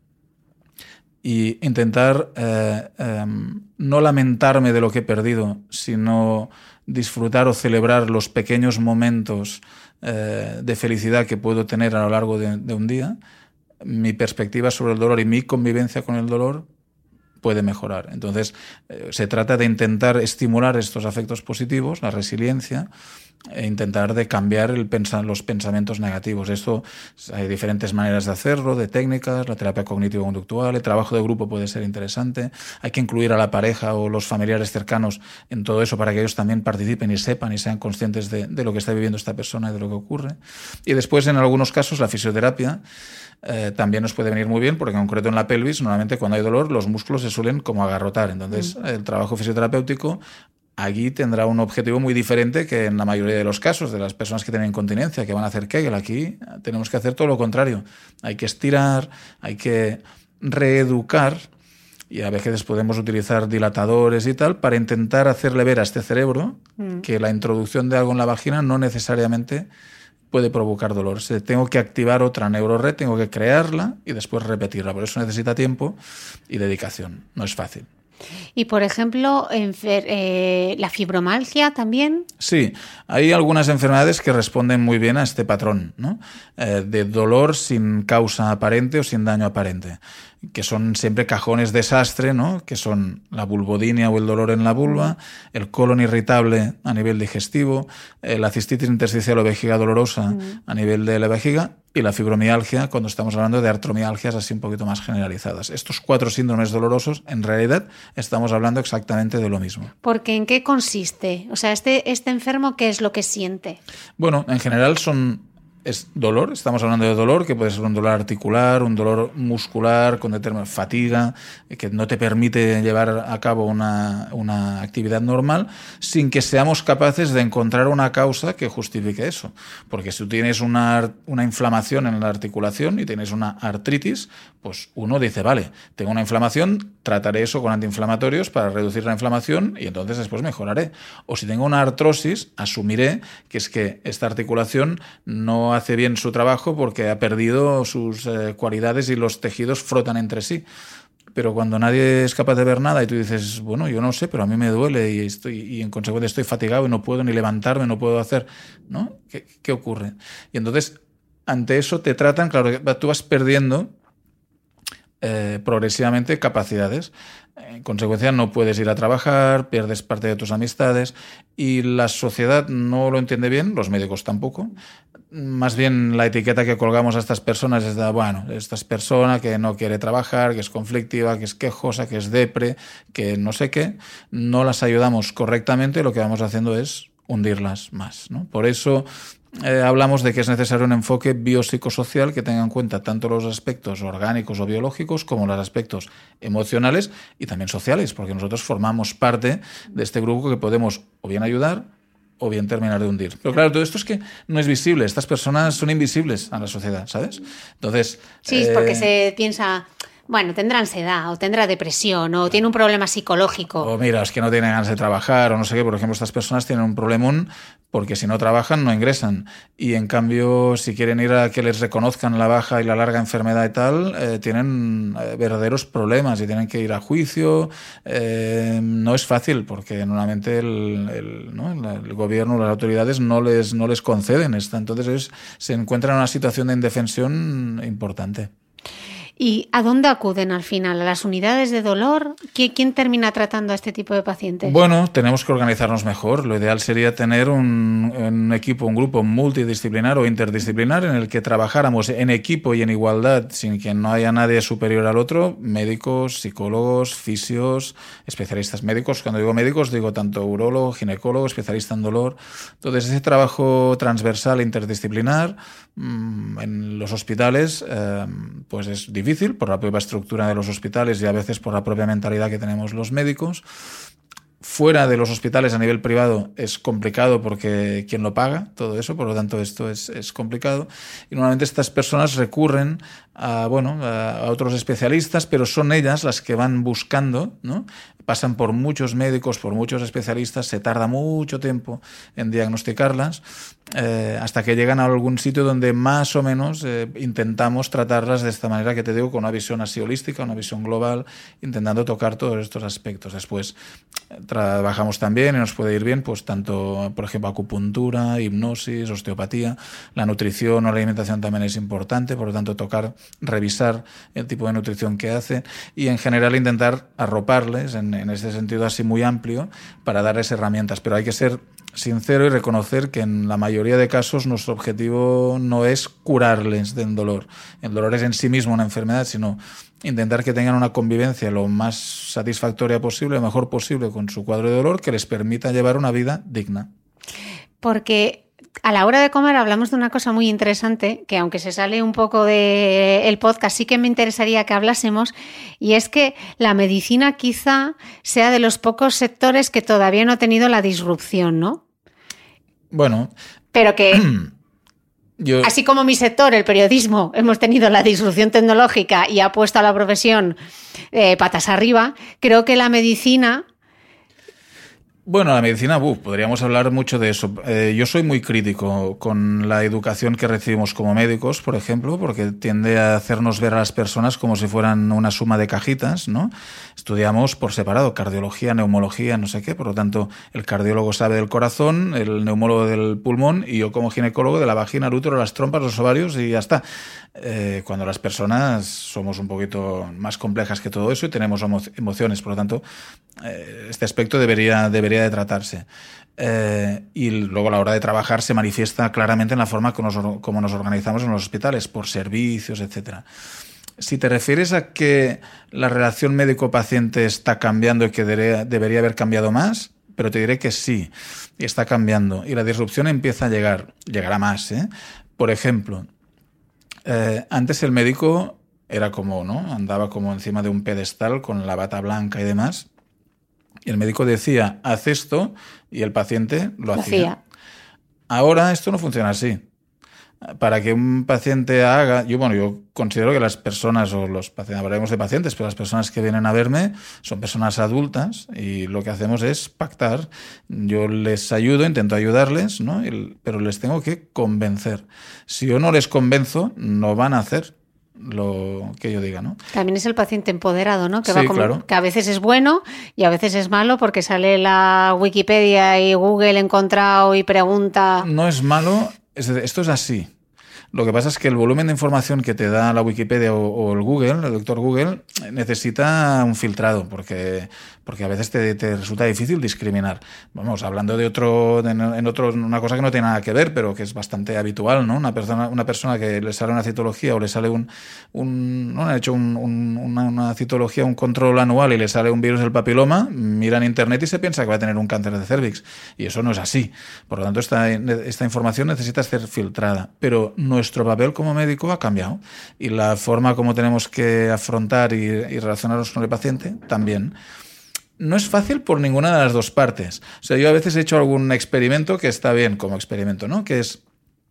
S2: y intentar eh, eh, no lamentarme de lo que he perdido, sino disfrutar o celebrar los pequeños momentos eh, de felicidad que puedo tener a lo largo de, de un día, mi perspectiva sobre el dolor y mi convivencia con el dolor puede mejorar. Entonces, eh, se trata de intentar estimular estos afectos positivos, la resiliencia, e intentar de cambiar el pensa- los pensamientos negativos. Esto, hay diferentes maneras de hacerlo, de técnicas, la terapia cognitivo-conductual, el trabajo de grupo puede ser interesante, hay que incluir a la pareja o los familiares cercanos en todo eso para que ellos también participen y sepan y sean conscientes de, de lo que está viviendo esta persona y de lo que ocurre. Y después, en algunos casos, la fisioterapia Eh, también nos puede venir muy bien, porque en concreto en la pelvis, normalmente cuando hay dolor, los músculos se suelen como agarrotar. Entonces, mm. el trabajo fisioterapéutico aquí tendrá un objetivo muy diferente que en la mayoría de los casos de las personas que tienen incontinencia, que van a hacer Kegel. Aquí tenemos que hacer todo lo contrario. Hay que estirar, hay que reeducar, y a veces podemos utilizar dilatadores y tal para intentar hacerle ver a este cerebro mm. que la introducción de algo en la vagina no necesariamente puede provocar dolor. Se tengo que activar otra neurored, tengo que crearla y después repetirla. Por eso necesita tiempo y dedicación. No es fácil.
S1: Y, por ejemplo, enfer- eh, la fibromialgia también.
S2: Sí, hay algunas enfermedades que responden muy bien a este patrón, ¿no? Eh, de dolor sin causa aparente o sin daño aparente, que son siempre cajones desastre, ¿no? Que son la vulvodinia o el dolor en la vulva, el colon irritable a nivel digestivo, eh, la cistitis intersticial o vejiga dolorosa mm. a nivel de la vejiga, y la fibromialgia cuando estamos hablando de artromialgias así un poquito más generalizadas. Estos cuatro síndromes dolorosos, en realidad, estamos hablando exactamente de lo mismo.
S1: Porque ¿en qué consiste? O sea, este, este enfermo, ¿qué es lo que siente?
S2: Bueno, en general son es dolor, estamos hablando de dolor, que puede ser un dolor articular, un dolor muscular, con determinada fatiga, que no te permite llevar a cabo una, una actividad normal, sin que seamos capaces de encontrar una causa que justifique eso. Porque si tú tienes una, una inflamación en la articulación y tienes una artritis, pues uno dice, vale, tengo una inflamación, trataré eso con antiinflamatorios para reducir la inflamación y entonces después mejoraré. O si tengo una artrosis, asumiré que es que esta articulación no hace bien su trabajo porque ha perdido sus eh, cualidades y los tejidos frotan entre sí. Pero cuando nadie es capaz de ver nada y tú dices, bueno, yo no sé, pero a mí me duele y, estoy, y en consecuencia estoy fatigado y no puedo ni levantarme, no puedo hacer, ¿no? ¿Qué, qué ocurre? Y entonces, ante eso te tratan, claro, tú vas perdiendo eh, progresivamente capacidades. En consecuencia, no puedes ir a trabajar, pierdes parte de tus amistades y la sociedad no lo entiende bien, los médicos tampoco. Más bien la etiqueta que colgamos a estas personas es de, bueno, esta es persona que no quiere trabajar, que es conflictiva, que es quejosa, que es depre, que no sé qué. No las ayudamos correctamente, lo que vamos haciendo es hundirlas más, ¿no? Por eso eh, hablamos de que es necesario un enfoque biopsicosocial que tenga en cuenta tanto los aspectos orgánicos o biológicos como los aspectos emocionales y también sociales, porque nosotros formamos parte de este grupo que podemos o bien ayudar o bien terminar de hundir. Pero claro, todo esto es que no es visible. Estas personas son invisibles a la sociedad, ¿sabes? Entonces...
S1: Sí, es porque eh... se piensa... Bueno, tendrá ansiedad, o tendrá depresión, o tiene un problema psicológico.
S2: O mira, es que no tienen ganas de trabajar, o no sé qué. Por ejemplo, estas personas tienen un problemón porque si no trabajan no ingresan. Y en cambio, si quieren ir a que les reconozcan la baja y la larga enfermedad y tal, eh, tienen eh, verdaderos problemas y tienen que ir a juicio. Eh, no es fácil porque normalmente el, el, ¿no? el gobierno, las autoridades no les, no les conceden esta. Entonces ellos se encuentran en una situación de indefensión importante.
S1: ¿Y a dónde acuden al final? ¿A las unidades de dolor? ¿Quién termina tratando a este tipo de pacientes?
S2: Bueno, tenemos que organizarnos mejor. Lo ideal sería tener un, un equipo, un grupo multidisciplinar o interdisciplinar en el que trabajáramos en equipo y en igualdad, sin que no haya nadie superior al otro, médicos, psicólogos, fisios, especialistas médicos. Cuando digo médicos, digo tanto urólogo, ginecólogo, especialista en dolor. Entonces, ese trabajo transversal, interdisciplinar, mmm, en los hospitales, eh, pues es difícil. Difícil por la propia estructura de los hospitales y a veces por la propia mentalidad que tenemos los médicos. Fuera de los hospitales a nivel privado es complicado porque ¿quién lo paga? Todo eso, por lo tanto esto es, es complicado. Y normalmente estas personas recurren a, bueno, a otros especialistas, pero son ellas las que van buscando, ¿no? Pasan por muchos médicos, por muchos especialistas, se tarda mucho tiempo en diagnosticarlas, eh, hasta que llegan a algún sitio donde más o menos eh, intentamos tratarlas de esta manera que te digo, con una visión así holística, una visión global, intentando tocar todos estos aspectos. Después trabajamos también y nos puede ir bien, pues tanto, por ejemplo, acupuntura, hipnosis, osteopatía, la nutrición o la alimentación también es importante, por lo tanto tocar, revisar el tipo de nutrición que hace y en general intentar arroparles en, en este sentido así muy amplio para darles herramientas, pero hay que ser sincero y reconocer que en la mayoría de casos nuestro objetivo no es curarles del dolor. El dolor es en sí mismo una enfermedad, sino intentar que tengan una convivencia lo más satisfactoria posible, lo mejor posible con su cuadro de dolor que les permita llevar una vida digna.
S1: Porque a la hora de comer hablamos de una cosa muy interesante que aunque se sale un poco del podcast sí que me interesaría que hablásemos, y es que la medicina quizá sea de los pocos sectores que todavía no ha tenido la disrupción, ¿no?
S2: Bueno,
S1: pero que
S2: yo...
S1: así como mi sector, el periodismo, hemos tenido la disrupción tecnológica y ha puesto a la profesión eh, patas arriba, creo que la medicina...
S2: Bueno, la medicina, uf, podríamos hablar mucho de eso. Eh, yo soy muy crítico con la educación que recibimos como médicos, por ejemplo, porque tiende a hacernos ver a las personas como si fueran una suma de cajitas, ¿no? Estudiamos por separado cardiología, neumología, no sé qué, por lo tanto, el cardiólogo sabe del corazón, el neumólogo del pulmón y yo como ginecólogo de la vagina, el útero, las trompas, los ovarios y ya está. Eh, cuando las personas somos un poquito más complejas que todo eso y tenemos emo- emociones, por lo tanto, eh, este aspecto debería, debería de tratarse. Eh, y luego a la hora de trabajar se manifiesta claramente en la forma como nos, como nos organizamos en los hospitales, por servicios, etcétera. Si te refieres a que la relación médico-paciente está cambiando y que debería, debería haber cambiado más, pero te diré que sí, está cambiando y la disrupción empieza a llegar, llegará más, ¿eh? Por ejemplo, eh, antes el médico era como, ¿no? Andaba como encima de un pedestal con la bata blanca y demás. Y el médico decía, haz esto, y el paciente lo, lo hacía. hacía. Ahora esto no funciona así. Para que un paciente haga... Yo, bueno, yo considero que las personas, o los pacientes, hablaremos de pacientes, pero las personas que vienen a verme son personas adultas y lo que hacemos es pactar. Yo les ayudo, intento ayudarles, ¿no? Pero les tengo que convencer. Si yo no les convenzo, no van a hacer lo que yo diga, ¿no?
S1: También es el paciente empoderado, ¿no? Que,
S2: sí,
S1: va como,
S2: claro.
S1: que a veces es bueno y a veces es malo porque sale la Wikipedia y Google encontrado y pregunta...
S2: No es malo, esto es así. Lo que pasa es que el volumen de información que te da la Wikipedia o, o el Google, el doctor Google, necesita un filtrado porque, porque a veces te, te resulta difícil discriminar. Vamos, hablando de otro, de, en otro, una cosa que no tiene nada que ver, pero que es bastante habitual, ¿no? Una persona, una persona que le sale una citología o le sale un, un no, ha hecho un, un, una, una citología, un control anual y le sale un virus del papiloma, mira en internet y se piensa que va a tener un cáncer de cervix. Y eso no es así. Por lo tanto, esta, esta información necesita ser filtrada. Pero nuestro papel como médico ha cambiado y la forma como tenemos que afrontar y, y relacionarnos con el paciente también. No es fácil por ninguna de las dos partes. O sea, yo a veces he hecho algún experimento que está bien como experimento, ¿no? Que es,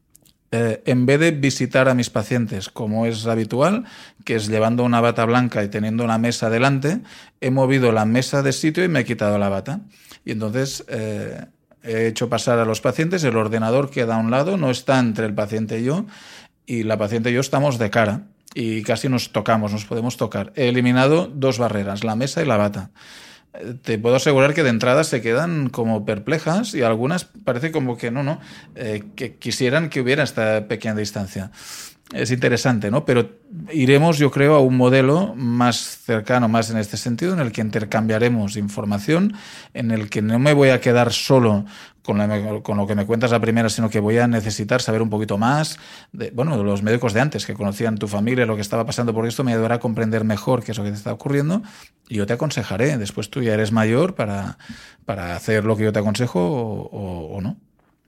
S2: eh, en vez de visitar a mis pacientes como es habitual, que es llevando una bata blanca y teniendo una mesa delante, he movido la mesa de sitio y me he quitado la bata. Y entonces... Eh, He hecho pasar a los pacientes, el ordenador queda a un lado, no está entre el paciente y yo, y la paciente y yo estamos de cara y casi nos tocamos, nos podemos tocar. He eliminado dos barreras, la mesa y la bata. Te puedo asegurar que de entrada se quedan como perplejas y algunas parece como que no, no, eh, que quisieran que hubiera esta pequeña distancia. Es interesante, ¿no? Pero iremos, yo creo, a un modelo más cercano, más en este sentido, en el que intercambiaremos información, en el que no me voy a quedar solo con, la, con lo que me cuentas la primera, sino que voy a necesitar saber un poquito más de, bueno, de los médicos de antes, que conocían tu familia, lo que estaba pasando, porque esto me ayudará a comprender mejor qué es lo que te está ocurriendo, y yo te aconsejaré. Después tú ya eres mayor para, para hacer lo que yo te aconsejo o, o, o no.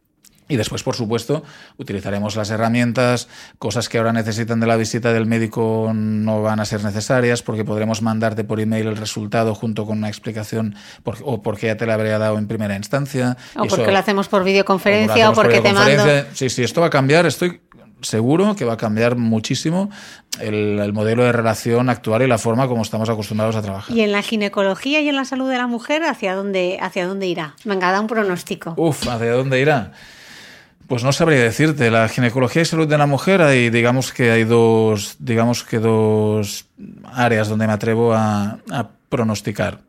S2: Y después, por supuesto, utilizaremos las herramientas, cosas que ahora necesitan de la visita del médico no van a ser necesarias porque podremos mandarte por email el resultado junto con una explicación por, o porque ya te la habría dado en primera instancia.
S1: O
S2: y
S1: porque
S2: eso,
S1: lo hacemos por videoconferencia o,
S2: o
S1: porque te mando...
S2: Sí, sí, esto va a cambiar, estoy seguro que va a cambiar muchísimo el, el modelo de relación actual y la forma como estamos acostumbrados a trabajar.
S1: ¿Y en la ginecología y en la salud de la mujer hacia dónde, hacia dónde irá? Venga, da un pronóstico.
S2: Uf, ¿hacia dónde irá? Pues no sabría decirte. La ginecología y salud de la mujer hay, digamos que hay dos, digamos que dos áreas donde me atrevo a, a pronosticar.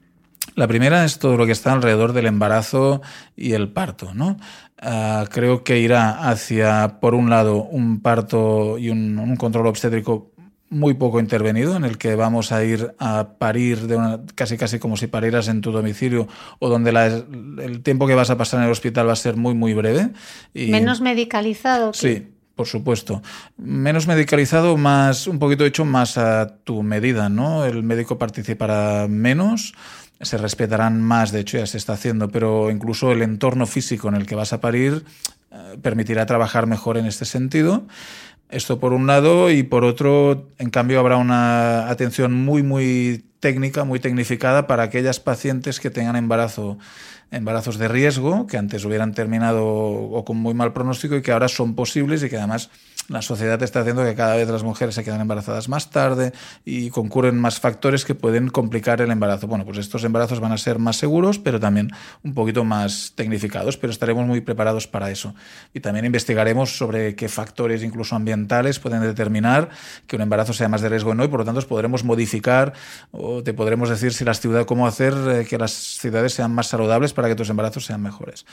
S2: La primera es todo lo que está alrededor del embarazo y el parto, ¿no? Uh, creo que irá hacia, por un lado, un parto y un, un control obstétrico muy poco intervenido, en el que vamos a ir a parir de una, casi casi como si parieras en tu domicilio, o donde la, el tiempo que vas a pasar en el hospital va a ser muy muy breve. Y,
S1: menos medicalizado. Que...
S2: Sí, por supuesto. Menos medicalizado, más un poquito hecho más a tu medida, ¿no? El médico participará menos, se respetarán más, de hecho ya se está haciendo, pero incluso el entorno físico en el que vas a parir eh, permitirá trabajar mejor en este sentido. Esto por un lado, y por otro, en cambio, habrá una atención muy, muy técnica, muy tecnificada para aquellas pacientes que tengan embarazo, embarazos de riesgo, que antes hubieran terminado o con muy mal pronóstico y que ahora son posibles, y que además la sociedad está haciendo que cada vez las mujeres se quedan embarazadas más tarde y concurren más factores que pueden complicar el embarazo. Bueno, pues estos embarazos van a ser más seguros, pero también un poquito más tecnificados, pero estaremos muy preparados para eso. Y también investigaremos sobre qué factores, incluso ambientales, pueden determinar que un embarazo sea más de riesgo o no, y por lo tanto podremos modificar o te podremos decir si las ciudades, cómo hacer eh, que las ciudades sean más saludables para que tus embarazos sean mejores.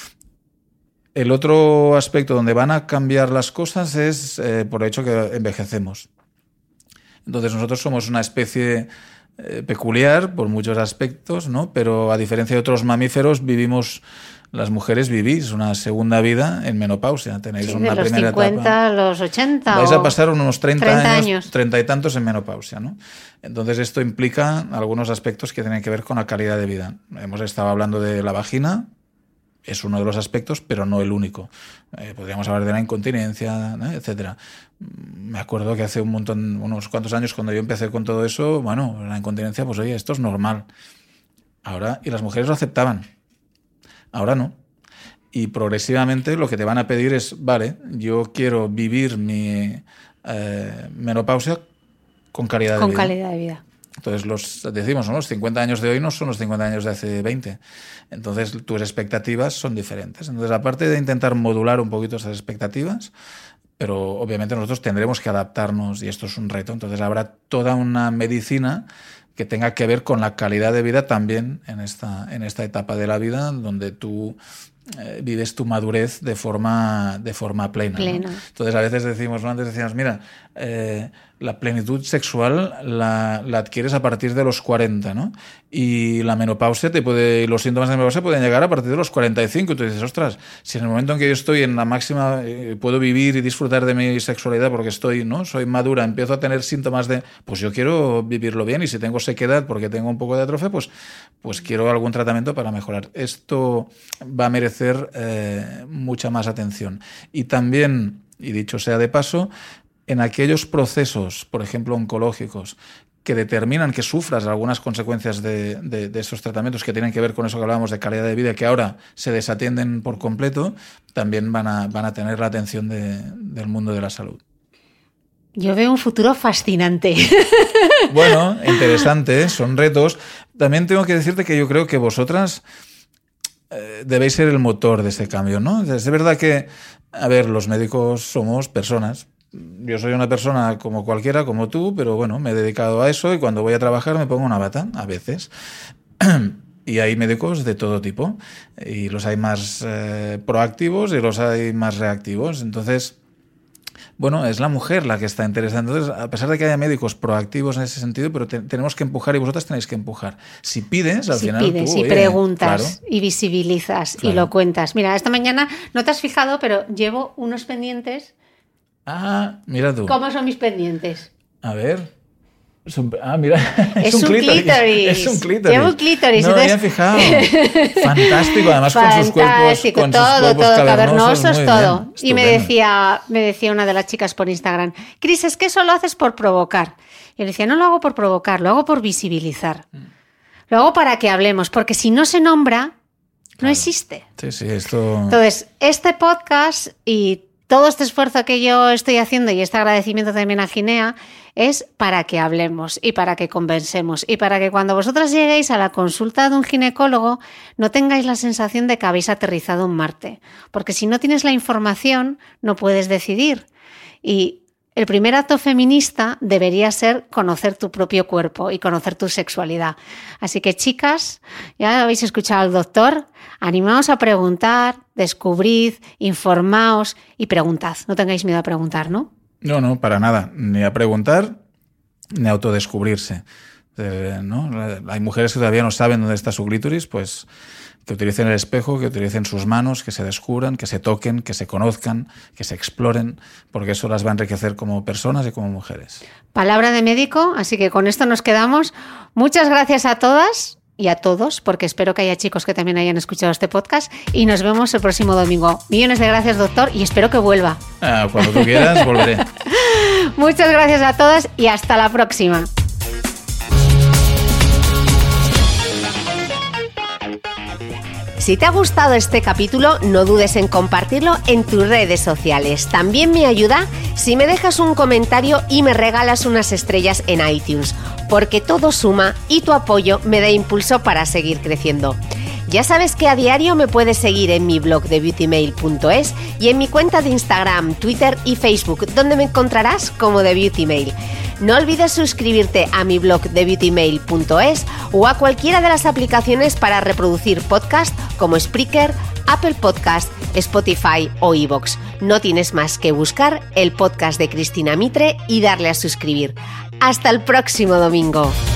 S2: El otro aspecto donde van a cambiar las cosas es eh, por el hecho que envejecemos. Entonces nosotros somos una especie eh, peculiar por muchos aspectos, ¿no? Pero a diferencia de otros mamíferos, vivimos, las mujeres vivís una segunda vida en menopausia. Tenéis
S1: sí,
S2: una
S1: de los
S2: primera
S1: cincuenta
S2: etapa.
S1: A los ochenta.
S2: Vais
S1: o...
S2: a pasar unos treinta, treinta años,
S1: años,
S2: treinta y tantos en menopausia, ¿no? Entonces esto implica algunos aspectos que tienen que ver con la calidad de vida. Hemos estado hablando de la vagina, es uno de los aspectos, pero no el único. Eh, podríamos hablar de la incontinencia, ¿no? etcétera. Me acuerdo que hace un montón, unos cuantos años, cuando yo empecé con todo eso, bueno, la incontinencia, pues oye, esto es normal. Ahora, y las mujeres lo aceptaban. Ahora no. Y progresivamente lo que te van a pedir es, vale, yo quiero vivir mi eh, menopausia con calidad
S1: con
S2: de vida.
S1: Con calidad de vida.
S2: Entonces, los, decimos, ¿no? Los cincuenta años de hoy no son los cincuenta años de hace veinte. Entonces, tus expectativas son diferentes. Entonces, aparte de intentar modular un poquito esas expectativas, pero obviamente nosotros tendremos que adaptarnos y esto es un reto. Entonces, habrá toda una medicina que tenga que ver con la calidad de vida también en esta, en esta etapa de la vida donde tú eh, vives tu madurez de forma, de forma plena.
S1: plena.
S2: ¿no? Entonces, a veces decimos, ¿no? Antes decíamos, mira, eh, la plenitud sexual la, la adquieres a partir de los cuarenta, ¿no? Y la menopausia te puede, los síntomas de menopausia pueden llegar a partir de los cuarenta y cinco. Y tú dices, ostras, si en el momento en que yo estoy en la máxima, eh, puedo vivir y disfrutar de mi sexualidad porque estoy, ¿no? Soy madura, empiezo a tener síntomas de, pues yo quiero vivirlo bien y si tengo sequedad porque tengo un poco de atrofia, pues, pues quiero algún tratamiento para mejorar. Esto va a merecer eh, mucha más atención. Y también, y dicho sea de paso, en aquellos procesos, por ejemplo, oncológicos, que determinan que sufras algunas consecuencias de, de, de esos tratamientos que tienen que ver con eso que hablábamos de calidad de vida, que ahora se desatienden por completo, también van a, van a tener la atención de, del mundo de la salud.
S1: Yo veo un futuro fascinante.
S2: Bueno, interesante, son retos. También tengo que decirte que yo creo que vosotras eh, debéis ser el motor de ese cambio, ¿no? Es de verdad que, a ver, los médicos somos personas. Yo soy una persona como cualquiera, como tú, pero bueno, me he dedicado a eso y cuando voy a trabajar me pongo una bata, a veces. Y hay médicos de todo tipo. Y los hay más eh, proactivos y los hay más reactivos. Entonces, bueno, es la mujer la que está interesada. Entonces, a pesar de que haya médicos proactivos en ese sentido, pero te, tenemos que empujar y vosotras tenéis que empujar. Si pides, al
S1: si
S2: final
S1: pides,
S2: tú,
S1: si
S2: oye,
S1: preguntas
S2: claro,
S1: y visibilizas
S2: claro.
S1: y lo cuentas. Mira, esta mañana, no te has fijado, pero llevo unos pendientes.
S2: Ah, mira tú.
S1: ¿Cómo son mis pendientes?
S2: A ver. Es un, ah, mira.
S1: Es, es un, un clítoris. clítoris.
S2: Es un clítoris.
S1: Llevo un clítoris.
S2: No
S1: entonces...
S2: me había fijado. Fantástico. Además,
S1: Fantástico,
S2: con sus cuerpos, con
S1: todo,
S2: sus cuerpos
S1: todo, cavernosos,
S2: muy
S1: todo.
S2: Bien,
S1: y me decía, me decía una de las chicas por Instagram, Cris, es que eso lo haces por provocar. Y yo le decía, no lo hago por provocar, lo hago por visibilizar. Mm. Lo hago para que hablemos, porque si no se nombra, claro, no existe.
S2: Sí, sí, esto...
S1: Entonces, este podcast y todo este esfuerzo que yo estoy haciendo y este agradecimiento también a Ginea es para que hablemos y para que conversemos y para que cuando vosotras lleguéis a la consulta de un ginecólogo no tengáis la sensación de que habéis aterrizado en Marte. Porque si no tienes la información no puedes decidir. Y el primer acto feminista debería ser conocer tu propio cuerpo y conocer tu sexualidad. Así que, chicas, ya habéis escuchado al doctor, animaos a preguntar, descubrid, informaos y preguntad. No tengáis miedo a preguntar, ¿no?
S2: No, no, para nada. Ni a preguntar, ni a autodescubrirse. Eh, ¿no? Hay mujeres que todavía no saben dónde está su clítoris, pues que utilicen el espejo, que utilicen sus manos, que se descubran, que se toquen, que se conozcan, que se exploren, porque eso las va a enriquecer como personas y como mujeres.
S1: Palabra de médico, así que con esto nos quedamos. Muchas gracias a todas y a todos, porque espero que haya chicos que también hayan escuchado este podcast y nos vemos el próximo domingo. Millones de gracias, doctor, y espero que vuelva.
S2: Ah, cuando tú quieras, volveré.
S1: Muchas gracias a todas y hasta la próxima. Si te ha gustado este capítulo, no dudes en compartirlo en tus redes sociales. También me ayuda si me dejas un comentario y me regalas unas estrellas en iTunes, porque todo suma y tu apoyo me da impulso para seguir creciendo. Ya sabes que a diario me puedes seguir en mi blog de beauty mail punto es y en mi cuenta de Instagram, Twitter y Facebook, donde me encontrarás como The Beauty Mail. No olvides suscribirte a mi blog de beauty mail punto es o a cualquiera de las aplicaciones para reproducir podcast como Spreaker, Apple Podcast, Spotify o iVoox. No tienes más que buscar el podcast de Cristina Mitre y darle a suscribir. ¡Hasta el próximo domingo!